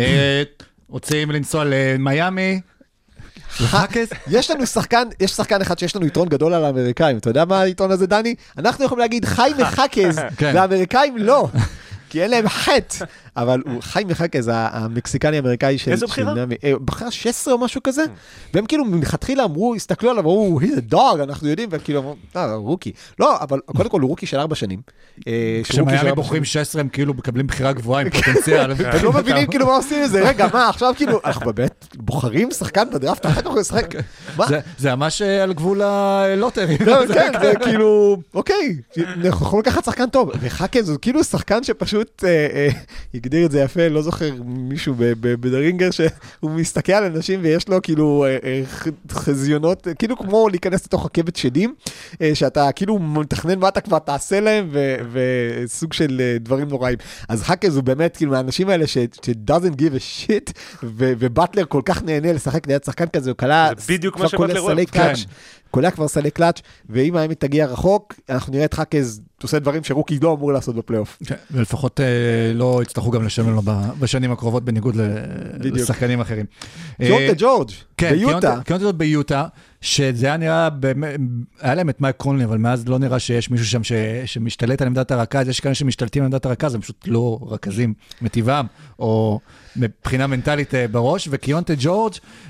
רוצים לנסוע למיימי, לחקס? יש לנו שחקן, יש שחקן אחד שיש לנו יתרון גדול על האמריקאים. אתה יודע מה היתרון הזה, דני? אנחנו יכולים להגיד חי מחקס, והאמריקאים לא. כי אין להם חטא, אבל הוא חי מחקז, המקסיקני-אמריקאי של... איזו בחירה? בחרה שש עשרה או משהו כזה, והם כאילו מלכתחילה אמרו, הסתכלו עליו, אמרו, he's a dog, אנחנו יודעים, והם כאילו אמרו, אה, רוקי. לא, אבל קודם כל הוא רוקי של ארבע שנים. כשמיימי בוחרים שש עשרה, הם כאילו מקבלים בחירה גבוהה עם פוטנציאל. הם לא מבינים כאילו מה עושים לזה, רגע, מה, עכשיו כאילו, אנחנו באמת בוחרים שחקן בדראפט, אחר כך הוא ישחק. זה ממש על גבול הלוטרי. כן, זה כאילו, אוקיי, אנחנו יכולים לקחת שחקן טוב. וחקז הוא כאילו שחקן שפשוט הגדיר את זה יפה, לא זוכר מישהו בדרינגר שהוא מסתכל על אנשים ויש לו כאילו חזיונות, כאילו כמו להיכנס לתוך רכבת שדים, שאתה כאילו מתכנן מה אתה כבר תעשה להם וסוג של דברים נוראים. אז חקז הוא באמת כאילו מהאנשים האלה ש- doesn't give a shit, ובטלר כל כך נהנה לשחק ליד שחקן כזה, הוא קלה... זה בדיוק מה שבטלר רואה. קולה כבר סלי קלאץ', ואם האמת תגיע רחוק, אנחנו נראה את חקז עושה דברים שרוקי לא אמור לעשות בפלייאוף. ולפחות לא יצטרכו גם לשמן לו בשנים הקרובות, בניגוד לשחקנים אחרים. קיונטה ג'ורג' ביוטה. קיונטה ג'ורג' ביוטה, שזה היה נראה, היה להם את מייק קונלי, אבל מאז לא נראה שיש מישהו שם שמשתלט על עמדת הרכז, יש כאלה שמשתלטים על עמדת הרכז, הם פשוט לא רכזים מטבעם, או מבחינה מנטלית בראש, וקיונטה ג'ורג'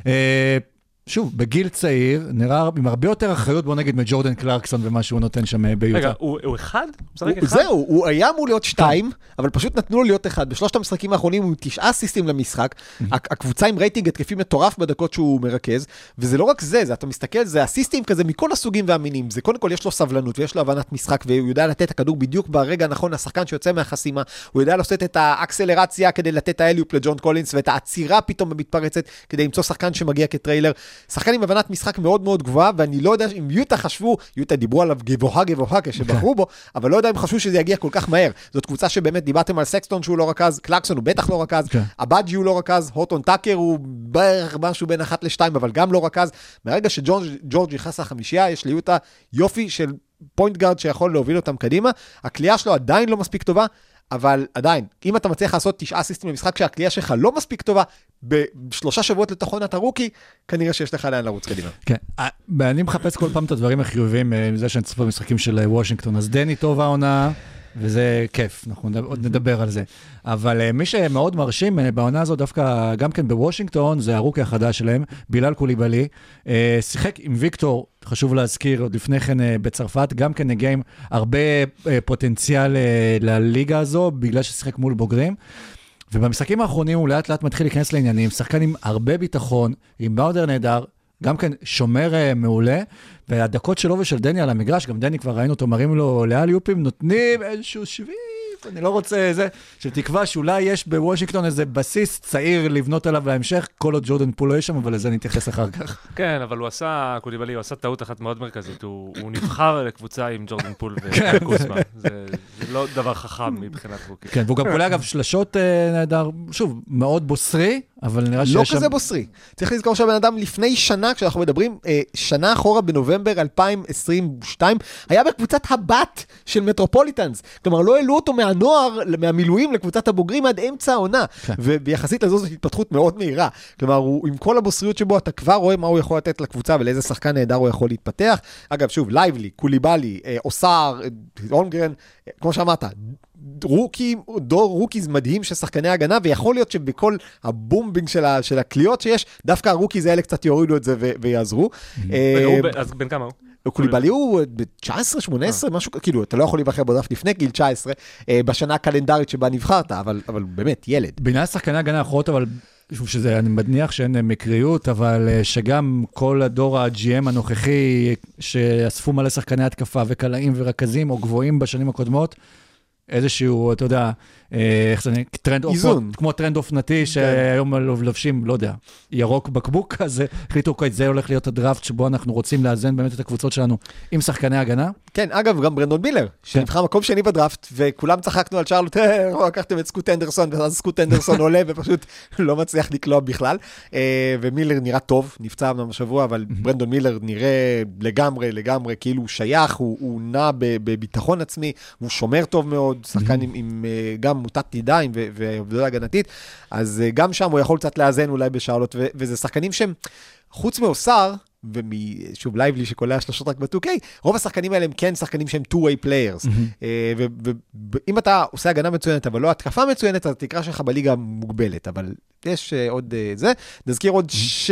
שוב, בגיל צעיר, נראה עם הרבה יותר אחריות, בוא נגיד, מג'ורדן קלרקסון ומה שהוא נותן שם ביוטה. רגע, הוא אחד? זהו, הוא היה אמור להיות שתיים, אבל פשוט נתנו לו להיות אחד. בשלושת המשחקים האחרונים הוא תשעה אסיסטים למשחק, הקבוצה עם רייטינג התקפי מטורף בדקות שהוא מרכז, וזה לא רק זה, אתה מסתכל, זה אסיסטים כזה מכל הסוגים והמינים, זה קודם כל יש לו סבלנות ויש לו הבנת משחק, והוא יודע לתת את הכדור בדיוק ברגע הנכון לשחקן שיוצא מהחסימה, הוא יודע לעשות את האקסלרציה כדי לתת את האליופ לג'ון קולינס, ואת העצירה פתאום במתפרצת כדי למצוא שחקן שמגיע כטריילר. שחקן עם הבנת משחק מאוד מאוד גבוהה, ואני לא יודע אם יוטה חשבו, יוטה דיברו עליו גבוהה גבוהה כשבחרו בו, אבל לא יודע אם חשבו שזה יגיע כל כך מהר. זאת קבוצה שבאמת דיברתם על סקסטון שהוא לא רכז, קלרקסון הוא בטח לא רכז, אבאג'י הוא לא רכז, הוטון טאקר הוא בערך משהו בין אחת לשתיים, אבל גם לא רכז. מהרגע שג'ורג' נכנס לחמישייה, יש ליוטה יופי של פוינט גארד שיכול להוביל אותם קדימה. הקליעה שלו עדיין לא מספיק טובה, אבל עדיין, אם אתה מצליח לעשות תשעה אסיסטים למשחק שהקליעה שלך לא מספיק טובה, בשלושה שבועות לתחונת הרוקי, כנראה שיש לך לאן לרוץ קדימה. כן, אני מחפש כל פעם את הדברים החיובים, מזה שאני צופה במשחקים של וושינגטון, אז דני טוב העונה, וזה כיף, אנחנו עוד נדבר על זה. אבל מי שמאוד מרשים בעונה הזו, דווקא גם כן בוושינגטון, זה הרוקי החדש שלהם, בילאל קוליבאלי, שיחק עם ויקטור, חשוב להזכיר, עוד לפני כן בצרפת, גם כן הגיע עם הרבה פוטנציאל לליגה הזו, בגלל ששיחק מול בוגרים, ובמשחקים האחרונים הוא לאט לאט מתחיל להיכנס לעניינים, שחקן עם הרבה ביטחון, עם באודר נהדר, גם כן שומר מעולה, והדקות שלו ושל דני על המגרש, גם דני כבר ראינו אותו, מראים לו לאליופים, נותנים איזשהו שביב, אני לא רוצה זה, שתקווה שאולי יש בוושינגטון איזה בסיס צעיר לבנות עליו להמשך, כל עוד ג'ורדן פול לא יש שם, אבל לזה נתייחס אחר כך. כן, אבל הוא עשה, קוליבאלי, הוא עשה טעות אחת מאוד מרכזית, הוא, הוא נבחר לקבוצה עם ג'ורדן פול וקוסמן, זה, זה לא דבר חכם מבחינת רוקי. כן, והוא גם קולה אגב שלשות נהדר, שוב, מאוד בוסרי, אבל נראה שיש לא שם... כזה בוסרי. צריך לזכור שהבן אדם לפני שנה, כשאנחנו מדברים, שנה אחורה בנובמבר אלפיים עשרים ושתיים, היה בקבוצת הבת של מטרופוליטנס. כלומר, לא העלו אותו מהנוער, מהמילואים לקבוצת הבוגרים עד אמצע העונה. כן. וביחסית לזו זאת התפתחות מאוד מהירה. כלומר, הוא, עם כל הבוסריות שבו, אתה כבר רואה מה הוא יכול לתת לקבוצה, ולאיזה שחקן נהדר הוא יכול להתפתח. אגב, שוב, לייבלי, קוליבאלי, אוסר, הולמגרן, כמו שאמרת, רוקי, דור רוקיז מדהים של שחקני הגנה, ויכול להיות שבכל הבומבינג של, ה, של הקליות שיש, דווקא הרוקיז האלה קצת יורידו את זה ו- ויעזרו. אז בין כמה הוא? קוליבאלי הוא ב-תשע עשרה שמונה עשרה, משהו, כאילו, אתה לא יכול להיבחר בדראפט לפני גיל תשע עשרה, בשנה הקלנדרית שבה נבחרת, אבל, אבל באמת, ילד. בעיני שחקני הגנה האחרות, אבל שזה, אני מניח שאין מקריות, אבל שגם כל הדור ה-ג'י אם הנוכחי, שאספו מלא שחקני התקפה וקלעים ורכזים, או גבוהים בשנים הקודמות, איזשהו, אתה יודע, איך זה נראה, טרנד איזון. כמו טרנד אופנתי, שהיום לובשים, לא יודע, ירוק בקבוק, אז החליטו, זה הולך להיות הדראפט שבו אנחנו רוצים לאזן באמת את הקבוצות שלנו עם שחקני הגנה. כן, אגב, גם ברנדון מילר, שנבחר מקום שני בדראפט, וכולם צחקנו על שרלוט, לקחתם את סקוט אנדרסון, ואז סקוט אנדרסון עולה, ופשוט לא מצליח לקלוע בכלל, ומילר נראה טוב, נפצע אמנם השבוע, אבל ברנדון מילר נראה לגמרי, לגמרי, כאילו הוא שייך, הוא נע בביטחון עצמי, הוא שומר טוב מאוד, שחקן עם גם מוטת ידיים ועבודה הגנתית, אז גם שם הוא יכול קצת לאזן אולי בשרלוט, וזה שחקנים שהם, חוץ מאוסר, ושוב לייבלי שקולע שלושות רק ב-טו קיי, רוב השחקנים האלה הם כן שחקנים שהם two-way players, ואם אתה עושה הגנה מצוינת, אבל לא התקפה מצוינת, אז התקרה שלך בליגה מוגבלת, אבל יש עוד זה, נזכיר עוד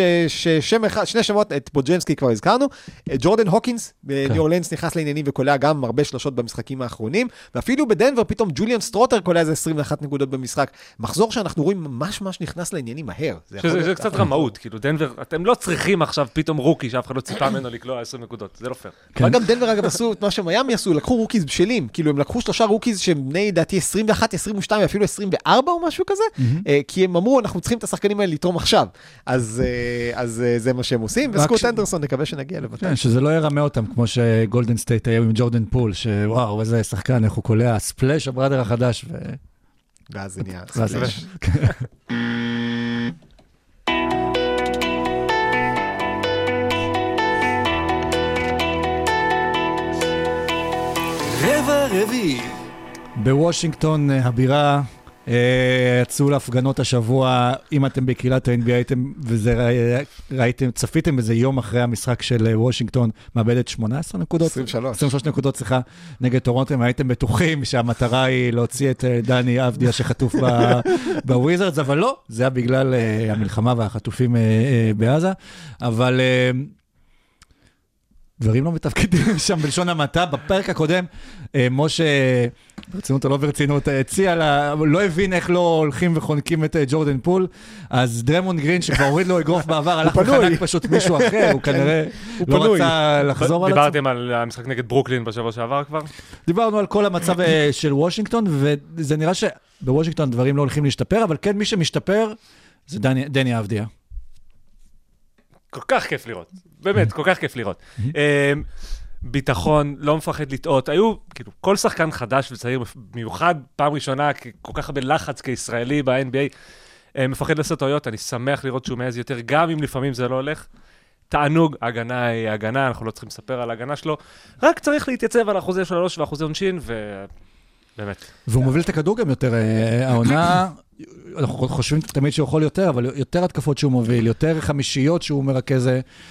שני שמות, את בוג'נסקי כבר הזכרנו, ג'ורדן הוקינס, בניו אורלינס נכנס לעניינים וקולע גם הרבה שלושות במשחקים האחרונים, ואפילו בדנבר פתאום ג'וליאן סטרוטר קולע איזה עשרים ואחת נקודות במשחק, מחזור שאנחנו רואים ממש ממש נכנס לעניינים מהר. זה קצת רמאות, כאילו דנבר, אתם לא צריכים עכשיו פתאום רוקי, שאף אחד לא ציפה ממנו לקלוע עשרים נקודות, זה לא פייר. אבל גם דנבר אגב עשו את מה שמיימי עשו, לקחו רוקיז בשלים, כאילו הם לקחו שלושה רוקיז שהם בני דעתי עשרים ואחת, עשרים ושתיים ואפילו עשרים וארבע או משהו כזה, כי הם אמרו אנחנו צריכים את השחקנים האלה לתרום עכשיו, אז זה מה שהם עושים, וסקוט אנדרסון נקווה שנגיע לבטל. שזה לא ירמה אותם, כמו שגולדן סטייט היה עם ג'ורדן פול, שוואו, איזה שחקן, איך הוא קולע, ספלש, הבראדר החדש, ואז זה נהיה ספלש. רבע רביעי. בוושינגטון הבירה, יצאו להפגנות השבוע, אם אתם בקהילת ה-אן בי איי הייתם, וזה ראיתם, צפיתם בזה יום אחרי המשחק של וושינגטון, מאבדת שמונה עשרה נקודות, עשרים ושלוש עשרים ושלוש נקודות, סליחה, נגד טורונטו, הייתם בטוחים שהמטרה היא להוציא את דני אבדיה שחטוף בוויזרדס, אבל לא, זה היה בגלל המלחמה והחטופים בעזה, אבל דברים לא מתפקדים שם בלשון המעטה. בפרק הקודם, משה, ברצינות או לא ברצינות, הציע לה, לא הבין איך לא הולכים וחונקים את ג'ורדן פול, אז דרמונד גרין, שכבר הוריד לו אגרוף בעבר, הלך וחנק פשוט מישהו אחר, הוא כנראה לא רצה לחזור על עצמו. דיברתם על המשחק נגד ברוקלין בשבוע שעבר כבר? דיברנו על כל המצב של וושינגטון, וזה נראה שבוושינגטון דברים לא הולכים להשתפר, אבל כן מי שמשתפר זה דני אבדיה. כל כך כיף לראות, באמת, כל כך כיף לראות. ביטחון, לא מפחד לטעות, היו, כאילו, כל שחקן חדש וצעיר, מיוחד, פעם ראשונה, כל כך הרבה לחץ כישראלי ב-אן בי איי, מפחד לעשות טעויות, אני שמח לראות שהוא מעז יותר, גם אם לפעמים זה לא הולך. תענוג, הגנה היא הגנה, אנחנו לא צריכים לספר על ההגנה שלו, רק צריך להתייצב על אחוזי שלוש ואחוזי עונשין, ובאמת. והוא מוביל את הכדור גם יותר, העונה, אנחנו חושבים תמיד שהוא יכול יותר, אבל יותר התקפות שהוא מוביל, יותר חמישיות שהוא מרכז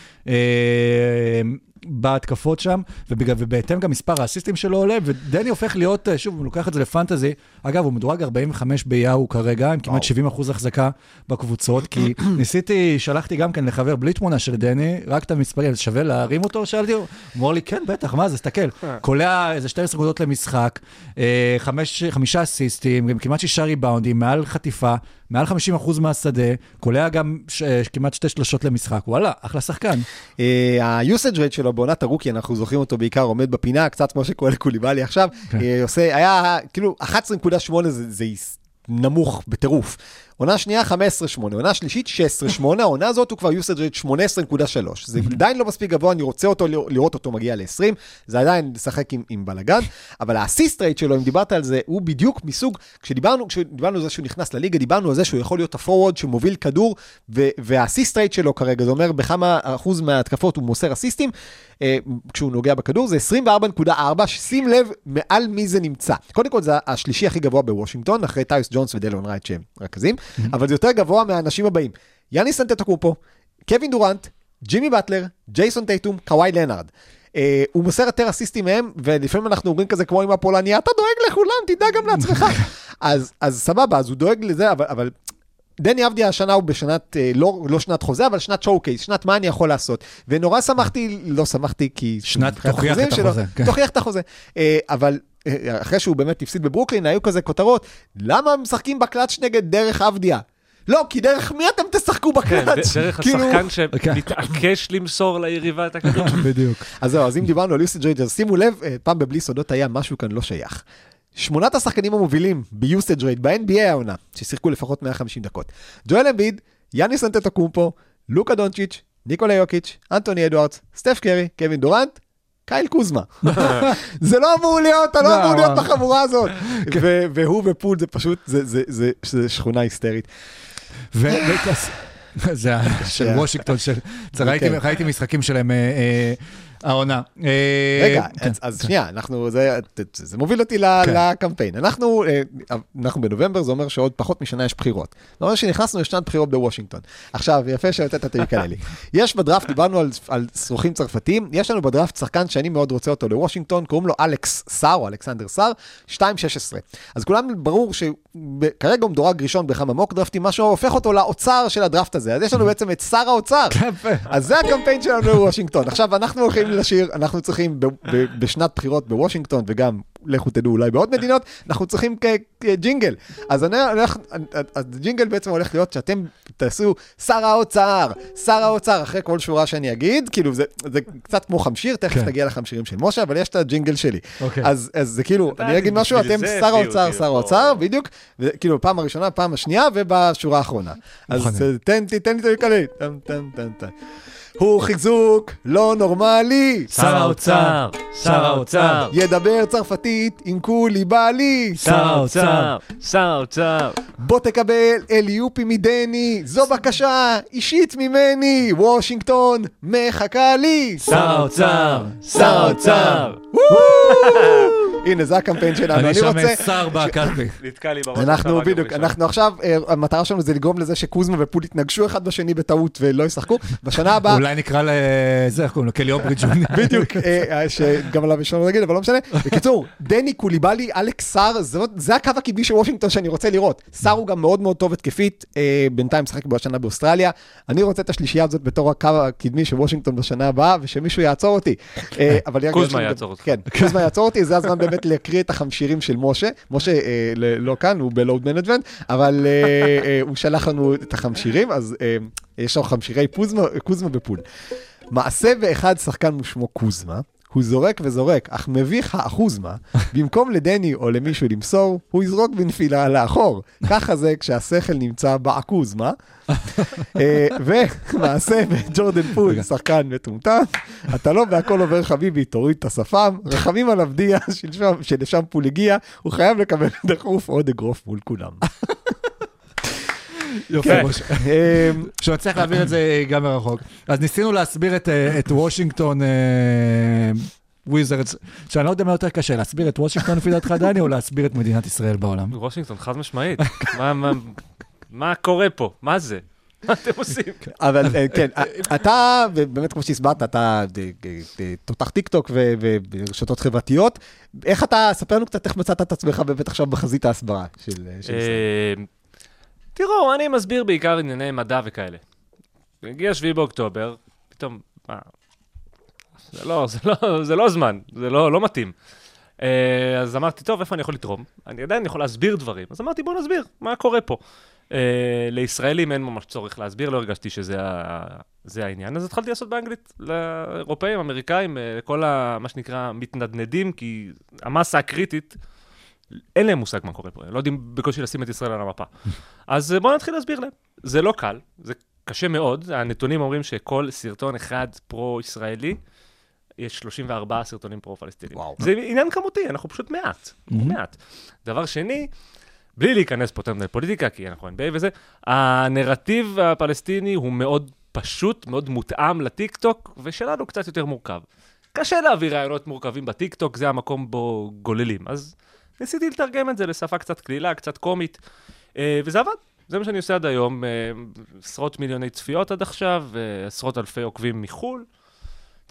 בהתקפות שם, ובהתאם גם מספר האסיסטים שלו עולה, ודני הופך להיות, שוב, הוא לוקח את זה לפנטזי, אגב, הוא מדורג ארבעים וחמש ביהו כרגע, עם כמעט שבעים אחוז החזקה בקבוצות, כי ניסיתי, שלחתי גם כן לחבר בלי תמונה של דני, רק את המספרים, שווה להרים אותו, שאלתי, הוא אמר לי, כן, בטח, מה זה, סתכל, קולע איזה שתים עשרה נקודות למשחק, חמישה אסיסטים, כמעט שישה ריבאונדים, מעל חטיפה, מעל חמישים אחוז מהשדה, קולע גם כמעט שתי שלושות למשחק, וואלה, אחלה שחקן. ה-usage rate שלו בעונת הרוקי, אנחנו זוכרים אותו בעיקר עומד בפינה, קצת כמו שקולה קוליבאלי עכשיו, עושה, היה כאילו אחת עשרה נקודה שמונה זה נמוך בטירוף. עונה שנייה חמש עשרה שמונה, עונה שלישית שש עשרה שמונה, העונה הזאת הוא כבר usage rate שמונה עשרה נקודה שלוש. זה עדיין לא מספיק גבוה, אני רוצה אותו לראות אותו מגיע ל-עשרים, זה עדיין לשחק עם, עם בלגן, אבל האסיסט רייט שלו, אם דיברת על זה, הוא בדיוק מסוג, כשדיברנו, כשדיברנו על זה שהוא נכנס לליגה, דיברנו על זה שהוא יכול להיות הפורוורד שמוביל כדור, והאסיסט רייט שלו כרגע, זה אומר בכמה אחוז מההתקפות הוא מוסר אסיסטים, כשהוא נוגע בכדור, זה עשרים וארבע נקודה ארבע, ששים לב מעל מי זה נמצא. קודם כל, זה השלישי הכי גבוה בוושינגטון, אחרי טייס ג'ונס ודלון רייט שהם רכזים, אבל זה יותר גבוה מהאנשים הבאים. יאניס אנטטוקומפו, קווין דורנט, ג'ימי באטלר, ג'ייסון טייטום, קוואי לנארד. אה, הוא מוסר יותר אסיסטים מהם, ולפעמים אנחנו אומרים כזה כמו עם הפולניה, אתה דואג לכולם, תדאג גם לעצמך. אז, אז סבבה, אז הוא דואג לזה, אבל, אבל דני אבדיה השנה הוא בשנת, לא, לא שנת חוזה, אבל שנת שואו-קייס, שנת מה אני יכול לעשות. ונורא שמחתי, לא שמחתי כי... שנת תוכיח את החוזה. תוכיח את החוזה. אבל אחרי שהוא באמת הפסיד בברוקלין, היו כזה כותרות, למה משחקים בקלאץ' נגד דרך אבדיה? לא, כי דרך מי אתם תשחקו בקלאץ'? דרך השחקן שמתעקש למסור ליריבה את הכדור. בדיוק. אז זהו, אז אם דיברנו על יוסאג' רייט, אז שימו לב, פעם בבלי סודות היה משהו כאן לא שייך. שמונת השחקנים המובילים ביוסאג' רייט, ב-אן בי איי העונה, ששיחקו לפחות מאה וחמישים דקות. ג'ואל אמביד, יאניס אנטטוקומפו, לוקה דונצ'יץ', ניקולה יוקיץ', אנטוני אדוארדס, סטף קרי, קווין דורנט, קייל קוזמה. זה לא אמור להיות, אתה לא אמור להיות בחבורה הזאת. והוא ופול זה פשוט, זה שכונה היסטרית. זה של וושינגטון, ראיתי משחקים שלהם העונה. רגע, אז שנייה, זה מוביל אותי לקמפיין. אנחנו בנובמבר, זה אומר שעוד פחות משנה יש בחירות. זאת אומרת שנכנסנו לשנת בחירות בוושינגטון. עכשיו, יפה שיוצאת את המקרה לי. יש בדראפט, דיברנו על שרוכים צרפתיים, יש לנו בדראפט שחקן שאני מאוד רוצה אותו לוושינגטון, קוראים לו אלכס סאר, או אלכסנדר סאר, שתיים שש עשרה. אז כולם ברור שכרגע הוא מדורג ראשון בכמה מוק דראפטים, משהו הופך אותו לאוצר של הדראפט הזה. אז יש לנו בעצם את שר האוצר. אז זה הקמפיין שלנו לוושינגטון. עכשיו, אנחנו הולכים לשיר, אנחנו צריכים בשנת בחירות בוושינגטון, וגם, לכו תדעו אולי בעוד מדינות, אנחנו צריכים כג'ינגל. אז הג'ינגל בעצם הולך להיות שאתם תעשו שר האוצר, שר האוצר, אחרי כל שורה שאני אגיד, כאילו זה קצת כמו חמשיר, תכף תגיע לחמשירים של משה, אבל יש את הג'ינגל שלי. אז זה כאילו, אני אגיד משהו, אתם שר האוצר, שר האוצר, בדיוק, וכאילו פעם הראשונה, פעם השנייה, ובשורה האחרונה. אז תן לי, תן לי, תן לי, תן, תן, תן, תן. הוא חיזוק לא נורמלי. שר האוצר, שר האוצר. ידבר צרפתית עם כולי בעלי. שר האוצר, שר האוצר. בוא תקבל אליופי מדני, זו בקשה אישית ממני. וושינגטון מחכה לי. שר האוצר, שר האוצר. הנה, זה הקמפיין שלנו. אני שומע שר בקלפי. נתקע לי בראש. אנחנו בדיוק, אנחנו עכשיו, המטרה שלנו זה לגרום לזה שקוזמה ופול יתנגשו אחד בשני בטעות ולא ישחקו. בשנה הבאה... אולי נקרא לזה, איך קוראים לו, קלי אוברידג' בדיוק, שגם עליו יש לנו להגיד, אבל לא משנה. בקיצור, דני קוליבאלי, אלכס סאר, זה הקו הקדמי של וושינגטון שאני רוצה לראות. סאר הוא גם מאוד מאוד טוב התקפית, בינתיים משחק בשנה באוסטרליה. אני רוצה את השלישייה הזאת בתור הקו הקדמי של וושינגטון בשנה הבאה, ושמישהו יעצור אותי. קוזמה יעצור אותך. כן, קוזמה יעצור אותי, זה הזמן באמת להקריא את החמשירים של משה. משה לא כאן, הוא בלואוד מנג'מנט, אבל הוא שלח לנו את החמשירים, אז יש שם חמשירי קוזמה ופול. מעשה באחד שחקן משמו קוזמה, הוא זורק וזורק, אך מביך האחוזמה, במקום לדני או למישהו למסור, הוא יזרוק בנפילה לאחור. ככה זה כשהשכל נמצא בעקוזמה. ומעשה בג'ורדן פול, שחקן מטומטם, אתה לא בהכל עובר חביבי, תוריד את השפם, רחמים על הבדיה שלשם פול הגיע, הוא חייב לקבל דחוף עוד אגרוף מול כולם. יופי, שנצליח להעביר את זה גם מרחוק. אז ניסינו להסביר את וושינגטון וויזרדס, שאני לא יודע מה יותר קשה, להסביר את וושינגטון לפי דעתך דני, או להסביר את מדינת ישראל בעולם? וושינגטון, חד משמעית. מה קורה פה? מה זה? מה אתם עושים? אבל כן, אתה, באמת כמו שהסברת, אתה תותח טיק טוק ורשתות חברתיות, איך אתה, ספר לנו קצת איך מצאת את עצמך באמת עכשיו בחזית ההסברה של ישראל? תראו, אני מסביר בעיקר ענייני מדע וכאלה. הגיע שביעי באוקטובר, פתאום, מה? זה לא, זה לא, זה לא זמן, זה לא, לא מתאים. אז אמרתי, טוב, איפה אני יכול לתרום? אני עדיין יכול להסביר דברים. אז אמרתי, בוא נסביר, מה קורה פה? לישראלים אין ממש צורך להסביר, לא הרגשתי שזה זה העניין. אז התחלתי לעשות באנגלית לאירופאים, אמריקאים, כל מה שנקרא מתנדנדים, כי המסה הקריטית, אין להם מושג מה קורה פה, לא יודעים בקושי לשים את ישראל על המפה. אז בואו נתחיל להסביר להם. זה לא קל, זה קשה מאוד. הנתונים אומרים שכל סרטון אחד פרו-ישראלי, יש שלושים וארבעה סרטונים פרו-פלסטינים. זה עניין כמותי, אנחנו פשוט מעט. מעט. דבר שני, בלי להיכנס פה יותר פוליטיקה, כי אנחנו אן בי איי וזה, הנרטיב הפלסטיני הוא מאוד פשוט, מאוד מותאם לטיק-טוק, ושלנו קצת יותר מורכב. קשה להביא רעיונות מורכבים בטיק-טוק, זה המקום בו גוללים. אז ניסיתי לתרגם את זה לשפה קצת כלילה, קצת קומית, וזה עבד. זה מה שאני עושה עד היום, עשרות מיליוני צפיות עד עכשיו, עשרות אלפי עוקבים מחול.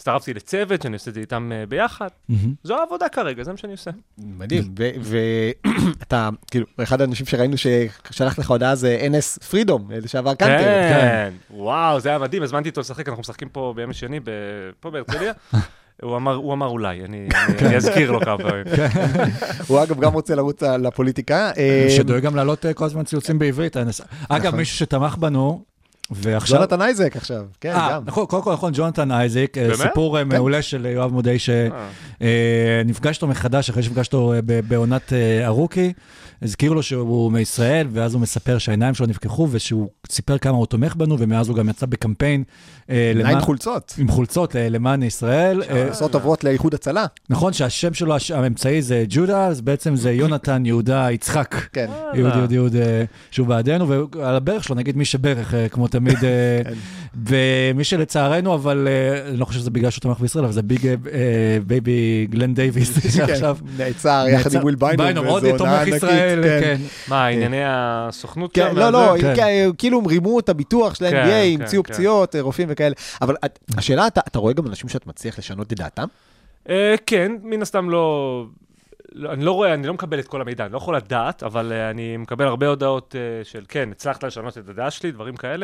הצטרפתי לצוות, שאני עושה את זה איתם אה, ביחד. זו העבודה כרגע, זה מה שאני עושה. מדהים, ואתה, כאילו, אחד האנשים שראינו ששלח לך הודעה זה אנס פרידום, לשעבר קאנטר. כן, וואו, זה היה מדהים, הזמנתי אותו לשחק, אנחנו משחקים פה בימי שני, פה בהרצליה. הוא אמר, הוא אמר אולי, אני, אני אזכיר לו כמה פעמים. הוא אגב גם רוצה לרוץ לפוליטיקה. שדואג גם לעלות כל הזמן ציוצים בעברית. אגב, מישהו שתמך בנו, ועכשיו... ג'ונתן אייזק עכשיו, כן, גם. נכון, קודם כל, נכון, ג'ונתן אייזק, סיפור מעולה של יואב מודעי, שנפגש אותו מחדש, אחרי שנפגש אותו בעונת הרוקי, הזכיר לו שהוא מישראל, ואז הוא מספר שהעיניים שלו נפקחו, ושהוא סיפר כמה הוא תומך בנו, ומאז הוא גם יצא בקמפיין. עיניים חולצות. עם חולצות למען ישראל. עושות עברות לאיחוד הצלה. נכון, שהשם שלו, הממצאי זה ג'ודה, אז בעצם זה יונתן, יהודה, יצחק. כן. יהוד, יהוד, יהוד, שהוא בעדנו, ועל הברך שלו, נגיד מי שברך, כמו תמיד, ומי שלצערנו, אבל אני לא חושב שזה בגלל שהוא תומך בישראל, אבל זה ביג בייבי גלן דייביס, שעכשיו... נעצר יחד עם וויל ביינום, עוד תומך ישראל, כן. מה, ענייני הסוכנות? לא, לא, כאילו הם רימו את הביטוח של ה-אן בי איי, המציאו פציעות, רופאים וכאלה. אבל השאלה, אתה רואה גם אנשים שאת מצליח לשנות את דעתם? כן, מן הסתם לא... אני לא רואה, אני לא מקבל את כל המידע, אני לא יכול לדעת, אבל אני מקבל הרבה הודעות של כן, הצלחת לשנות את הדעה שלי, דברים כאלה.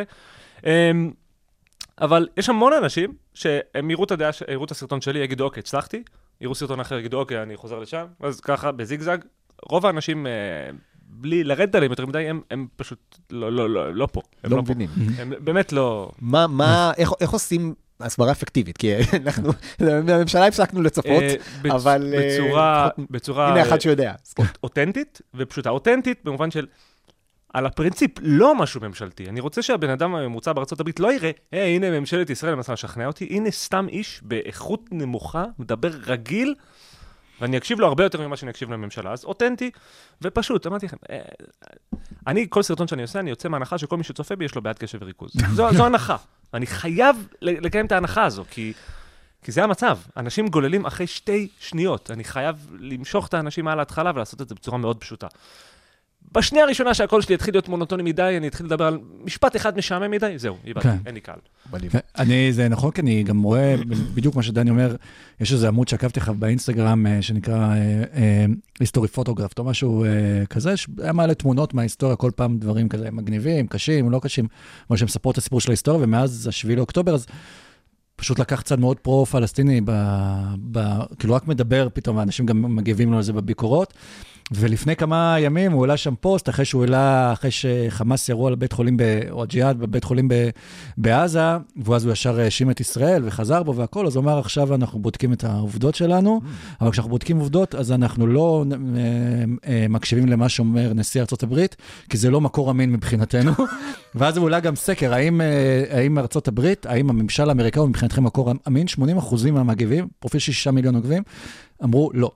אבל יש המון אנשים שהם יראו את הדעה, יראו את הסרטון שלי, יגידו, אוקיי, הצלחתי, יראו סרטון אחר, יגידו, אוקיי, אני חוזר לשם, אז ככה, בזיגזג, רוב האנשים, בלי לרדת עליהם יותר מדי, הם, הם פשוט לא, לא, לא, לא פה. הם לא לא מבינים. פה. הם באמת לא... מה, מה, איך, איך עושים הסברה אפקטיבית? כי אנחנו, בממשלה הפסקנו לצפות, אבל... בצורה... בצורה... הנה אחד שיודע. אותנטית ופשוטה. אותנטית במובן של... על הפרינציפ, לא משהו ממשלתי. אני רוצה שהבן אדם הממוצע בארצות הברית לא יראה, היי, הנה ממשלת ישראל מנסה לשכנע אותי, הנה סתם איש באיכות נמוכה, מדבר רגיל, ואני אקשיב לו הרבה יותר ממה שאני אקשיב לממשלה. אז אותנטי ופשוט, אמרתי לכם, אני, כל סרטון שאני עושה, אני יוצא מהנחה שכל מי שצופה בי יש לו בעיית קשב וריכוז. זו, זו הנחה. אני חייב לקיים את ההנחה הזו, כי, כי זה המצב. אנשים גוללים אחרי שתי שניות. אני חייב למשוך את האנשים על ההתחלה ולעשות את זה בצורה מאוד פשוטה. בשנייה הראשונה שהקול שלי התחיל להיות מונוטוני מדי, אני התחיל לדבר על משפט אחד משעמם מדי, זהו, איבדתי, אין לי קהל. אני, זה נכון, כי אני גם רואה, בדיוק מה שדני אומר, יש איזה עמוד שעקבתי לך באינסטגרם, שנקרא היסטורי פוטוגרף, או משהו כזה, שהיה מעלה תמונות מההיסטוריה, כל פעם דברים כזה מגניבים, קשים, לא קשים, אבל שמספרות את הסיפור של ההיסטוריה, ומאז השביעי לאוקטובר, אז פשוט לקח צד מאוד פרו-פלסטיני, כאילו רק מדבר פתאום, האנשים גם מגיבים לו על זה בביקורות, ולפני כמה ימים הוא העלה שם פוסט, אחרי שהוא העלה, אחרי שחמאס ירו על בית חולים, או הג'יהאד בבית חולים בעזה, ואז הוא ישר האשים את ישראל וחזר בו והכל, אז הוא אמר, עכשיו אנחנו בודקים את העובדות שלנו, אבל כשאנחנו בודקים עובדות, אז אנחנו לא מקשיבים למה שאומר נשיא ארצות הברית, כי זה לא מקור אמין מבחינתנו, ואז הוא העלה גם סקר, האם, האם ארצות הברית, האם הממשל האמריקאי הוא מבחינתכם מקור אמין, שמונים אחוזים מהמגיבים, פרופיל שישה מיליון עוקבים, אמרו לא.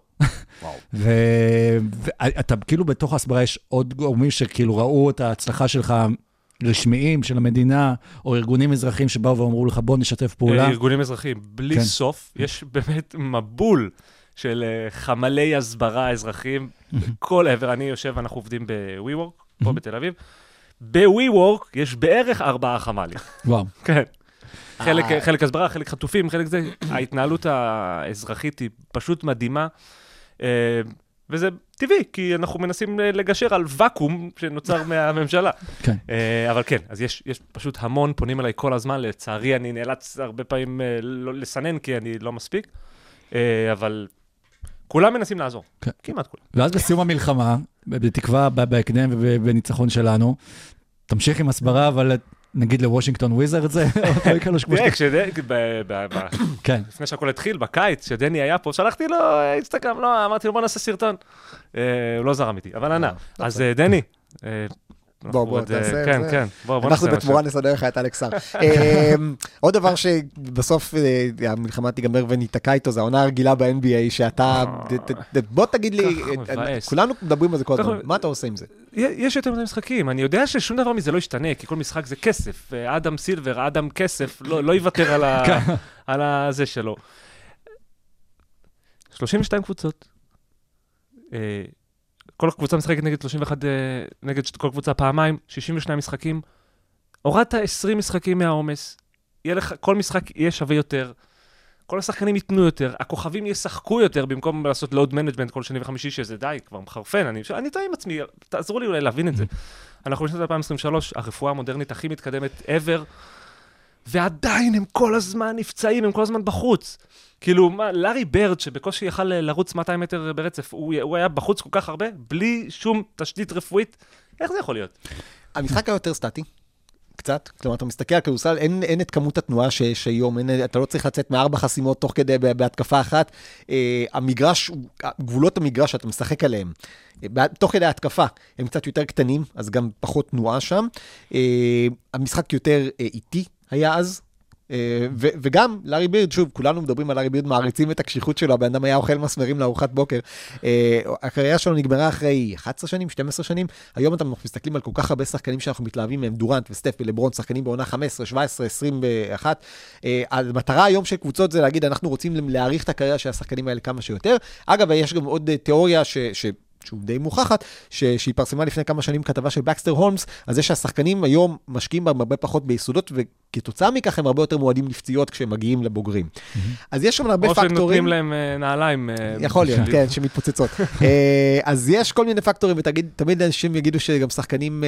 ואתה כאילו בתוך ההסברה יש עוד גורמים שכאילו ראו את ההצלחה שלך רשמיים של המדינה, או ארגונים אזרחיים שבאו ואמרו לך בוא נשתף פעולה. ארגונים אזרחיים, בלי סוף, יש באמת מבול של חמלי הסברה אזרחיים, כל עבר, אני יושב, אנחנו עובדים ב-WeWork, פה בתל אביב, ב-WeWork יש בערך ארבעה חמלים. וואו. כן. חלק, חלק הסברה, חלק חטופים, חלק זה, ההתנהלות האזרחית היא פשוט מדהימה, וזה טבעי, כי אנחנו מנסים לגשר על וקום שנוצר מהממשלה. כן. אבל כן, אז יש, יש פשוט המון פונים אליי כל הזמן, לצערי אני נאלץ הרבה פעמים לא לסנן, כי אני לא מספיק, אבל כולם מנסים לעזור, כן. כמעט כולם. ואז בסיום המלחמה, בתקווה, בהקדם ובניצחון שלנו, תמשיך עם הסברה, אבל... נגיד לוושינגטון וויזרד זה, לפני שהכל התחיל, בקיץ, שדני היה פה, שלחתי לו אינסטגרם, לא, אמרתי לו בוא נעשה סרטון, הוא לא זרם איתי, אבל ענה, אז דני, בוא, בוא, תעשה כן, כן, בוא, בוא אנחנו בתמורה נסדר לך את אלכסר. עוד דבר שבסוף המלחמה תיגמר וניתקע איתו, זה העונה הרגילה ב-אן בי איי, שאתה, בוא תגיד לי, כולנו מדברים על זה כל הזמן, מה אתה עושה עם זה? יש יותר מדי משחקים, אני יודע ששום דבר מזה לא ישתנה, כי כל משחק זה כסף, אדם סילבר, אדם כסף, לא יוותר על זה שלו. שלושים ושתיים קבוצות, כל קבוצה משחקת נגד שלושים ואחת, נגד כל קבוצה פעמיים, שישים ושניים משחקים, הורדת עשרים משחקים מהעומס, יהיה לך, כל משחק יהיה שווה יותר, כל השחקנים ייתנו יותר, הכוכבים ישחקו יותר, במקום לעשות לואוד מנג'מנט כל שני וחמישי, שזה די, כבר מחרפן, אני, אני טועה עם עצמי, תעזרו לי אולי להבין את זה. אנחנו בשנת אלפיים עשרים ושלוש, הרפואה המודרנית הכי מתקדמת ever, ועדיין הם כל הזמן נפצעים, הם כל הזמן בחוץ. כאילו, מה, לארי ברד, שבקושי יכל לרוץ מאתיים מטר ברצף, הוא, הוא היה בחוץ כל כך הרבה, בלי שום תשתית רפואית, איך זה יכול להיות? המשחק היה יותר סטטי. קצת, כלומר, אתה מסתכל על כדורסל, אין, אין את כמות התנועה שיש היום, אין, אתה לא צריך לצאת מארבע חסימות תוך כדי בהתקפה אחת, אה, המגרש, גבולות המגרש שאתה משחק עליהם, אה, תוך כדי ההתקפה, הם קצת יותר קטנים, אז גם פחות תנועה שם, אה, המשחק יותר אה, איטי היה אז, ו- וגם לארי בירד, שוב, כולנו מדברים על לארי בירד, מעריצים את הקשיחות שלו, הבן אדם היה אוכל מסמרים לארוחת בוקר, הקריירה שלו נגמרה אחרי אחת עשרה שנים, שתים עשרה שנים, היום אתם מסתכלים על כל כך הרבה שחקנים שאנחנו מתלהבים מהם, דורנט וסטף ולברון, שחקנים בעונה חמש עשרה, שבע עשרה, עשרים ואחת, המטרה היום של קבוצות זה להגיד, אנחנו רוצים להאריך את הקריירה של השחקנים האלה כמה שיותר, אגב, יש גם עוד תיאוריה ש... ש- שהוא די מוכחת, שהיא פרסמה לפני כמה שנים כתבה של בקסטר הולמס, אז זה שהשחקנים היום משקיעים בהם הרבה פחות ביסודות, וכתוצאה מכך הם הרבה יותר מועדים לפציעות כשהם מגיעים לבוגרים. אז יש שם הרבה פקטורים... או שנותנים להם נעליים. יכול להיות, כן, שמתפוצצות. אז יש כל מיני פקטורים, ותמיד אנשים יגידו שגם שחקנים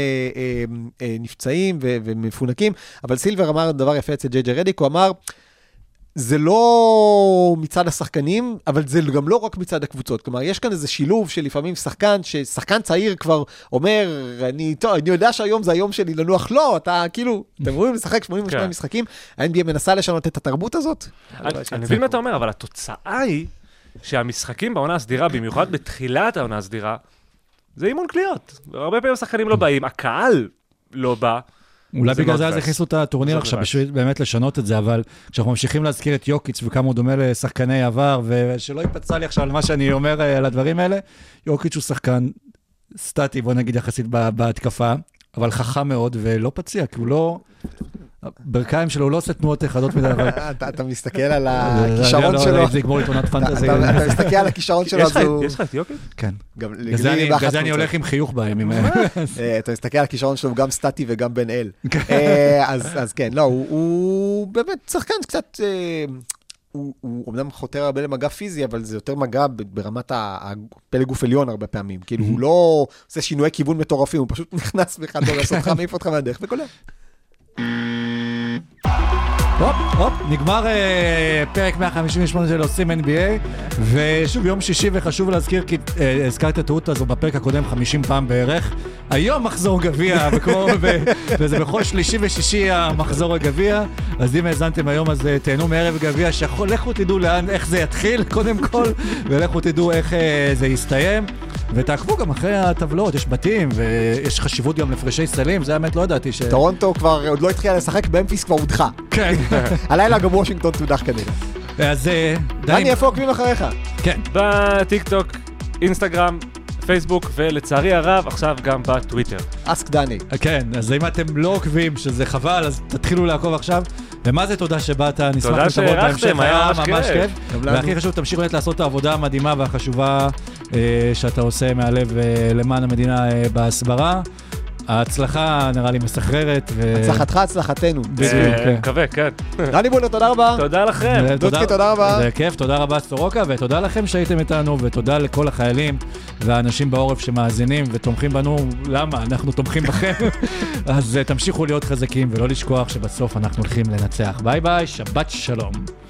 נפצעים ומפונקים, אבל סילבר אמר דבר יפה אצל ג'יי ג'יי רדיק, הוא אמר, זה לא מצד השחקנים, אבל זה גם לא רק מצד הקבוצות. כלומר, יש כאן איזה שילוב של לפעמים שחקן, ששחקן צעיר כבר אומר, אני, טוב, אני יודע שהיום זה היום שלי לנוח, לא, אתה כאילו, אתם רואים לשחק שמונים ושמונה משחקים, ה-אן בי איי מנסה לשנות את התרבות הזאת. אני מבין מה אתה אומר, אבל התוצאה היא שהמשחקים בעונה הסדירה, במיוחד בתחילת העונה הסדירה, זה אימון קליות. הרבה פעמים השחקנים לא באים, הקהל לא בא, אולי בגלל זה אז הכניסו את הטורניר עכשיו, בשביל באמת לשנות את זה, אבל כשאנחנו ממשיכים להזכיר את יוקיץ' וכמה הוא דומה לשחקני עבר, ושלא ייפצע לי עכשיו על מה שאני אומר על הדברים האלה, יוקיץ' הוא שחקן סטטי, בוא נגיד יחסית בהתקפה, אבל חכם מאוד ולא פציע, כי הוא לא... ברכיים שלו, הוא לא עושה תנועות אחדות מדי, אבל... אתה מסתכל על הכישרון שלו. זה יגמור עיתונת פנטזי. אתה מסתכל על הכישרון שלו, אז הוא... יש לך את יוקיץ'? כן. בגלל זה אני הולך עם חיוך בימים האלה. אתה מסתכל על הכישרון שלו, גם סטטי וגם בן אל. אז כן, לא, הוא באמת שחקן קצת... הוא אמנם חותר הרבה למגע פיזי, אבל זה יותר מגע ברמת הפלג גוף עליון הרבה פעמים. כאילו, הוא לא עושה שינויי כיוון מטורפים, הוא פשוט נכנס ואחד לא לעשות לך, מעיף אותך מהדרך וקולה. הופ, הופ, נגמר פרק מאה חמישים ושמונה של עושים אן בי איי, ושוב יום שישי, וחשוב להזכיר, כי הזכרתי את הטעות הזו בפרק הקודם חמישים פעם בערך, היום מחזור גביע, וזה בכל שלישי ושישי המחזור הגביע, אז אם האזנתם היום, אז תהנו מערב גביע, שלכו תדעו לאן, איך זה יתחיל קודם כל, ולכו תדעו איך זה יסתיים, ותעקבו גם אחרי הטבלות, יש בתים, ויש חשיבות גם לפרשי סלים, זה האמת לא ידעתי ש... טורונטו כבר עוד לא התחילה לשחק, במפיס כבר הודחה. כן. הלילה גם וושינגטון תודח כנראה. אז דני, איפה עוקבים אחריך? כן. בטיק טוק, אינסטגרם, פייסבוק, ולצערי הרב, עכשיו גם בטוויטר. אסק דני. כן, אז אם אתם לא עוקבים, שזה חבל, אז תתחילו לעקוב עכשיו. ומה זה תודה שבאת, נשמח תודה שהערכתם, היה ממש כיף. והכי חשוב, תמשיכו לעשות את העבודה המדהימה והחשובה שאתה עושה מהלב למען המדינה בהסברה. ההצלחה נראה לי מסחררת. הצלחתך, הצלחתנו. מקווה, כן. דני בולר, תודה רבה. תודה לכם. דודקי, תודה רבה. זה כיף, תודה רבה סורוקה, ותודה לכם שהייתם איתנו, ותודה לכל החיילים והאנשים בעורף שמאזינים ותומכים בנו. למה? אנחנו תומכים בכם. אז תמשיכו להיות חזקים ולא לשכוח שבסוף אנחנו הולכים לנצח. ביי ביי, שבת שלום.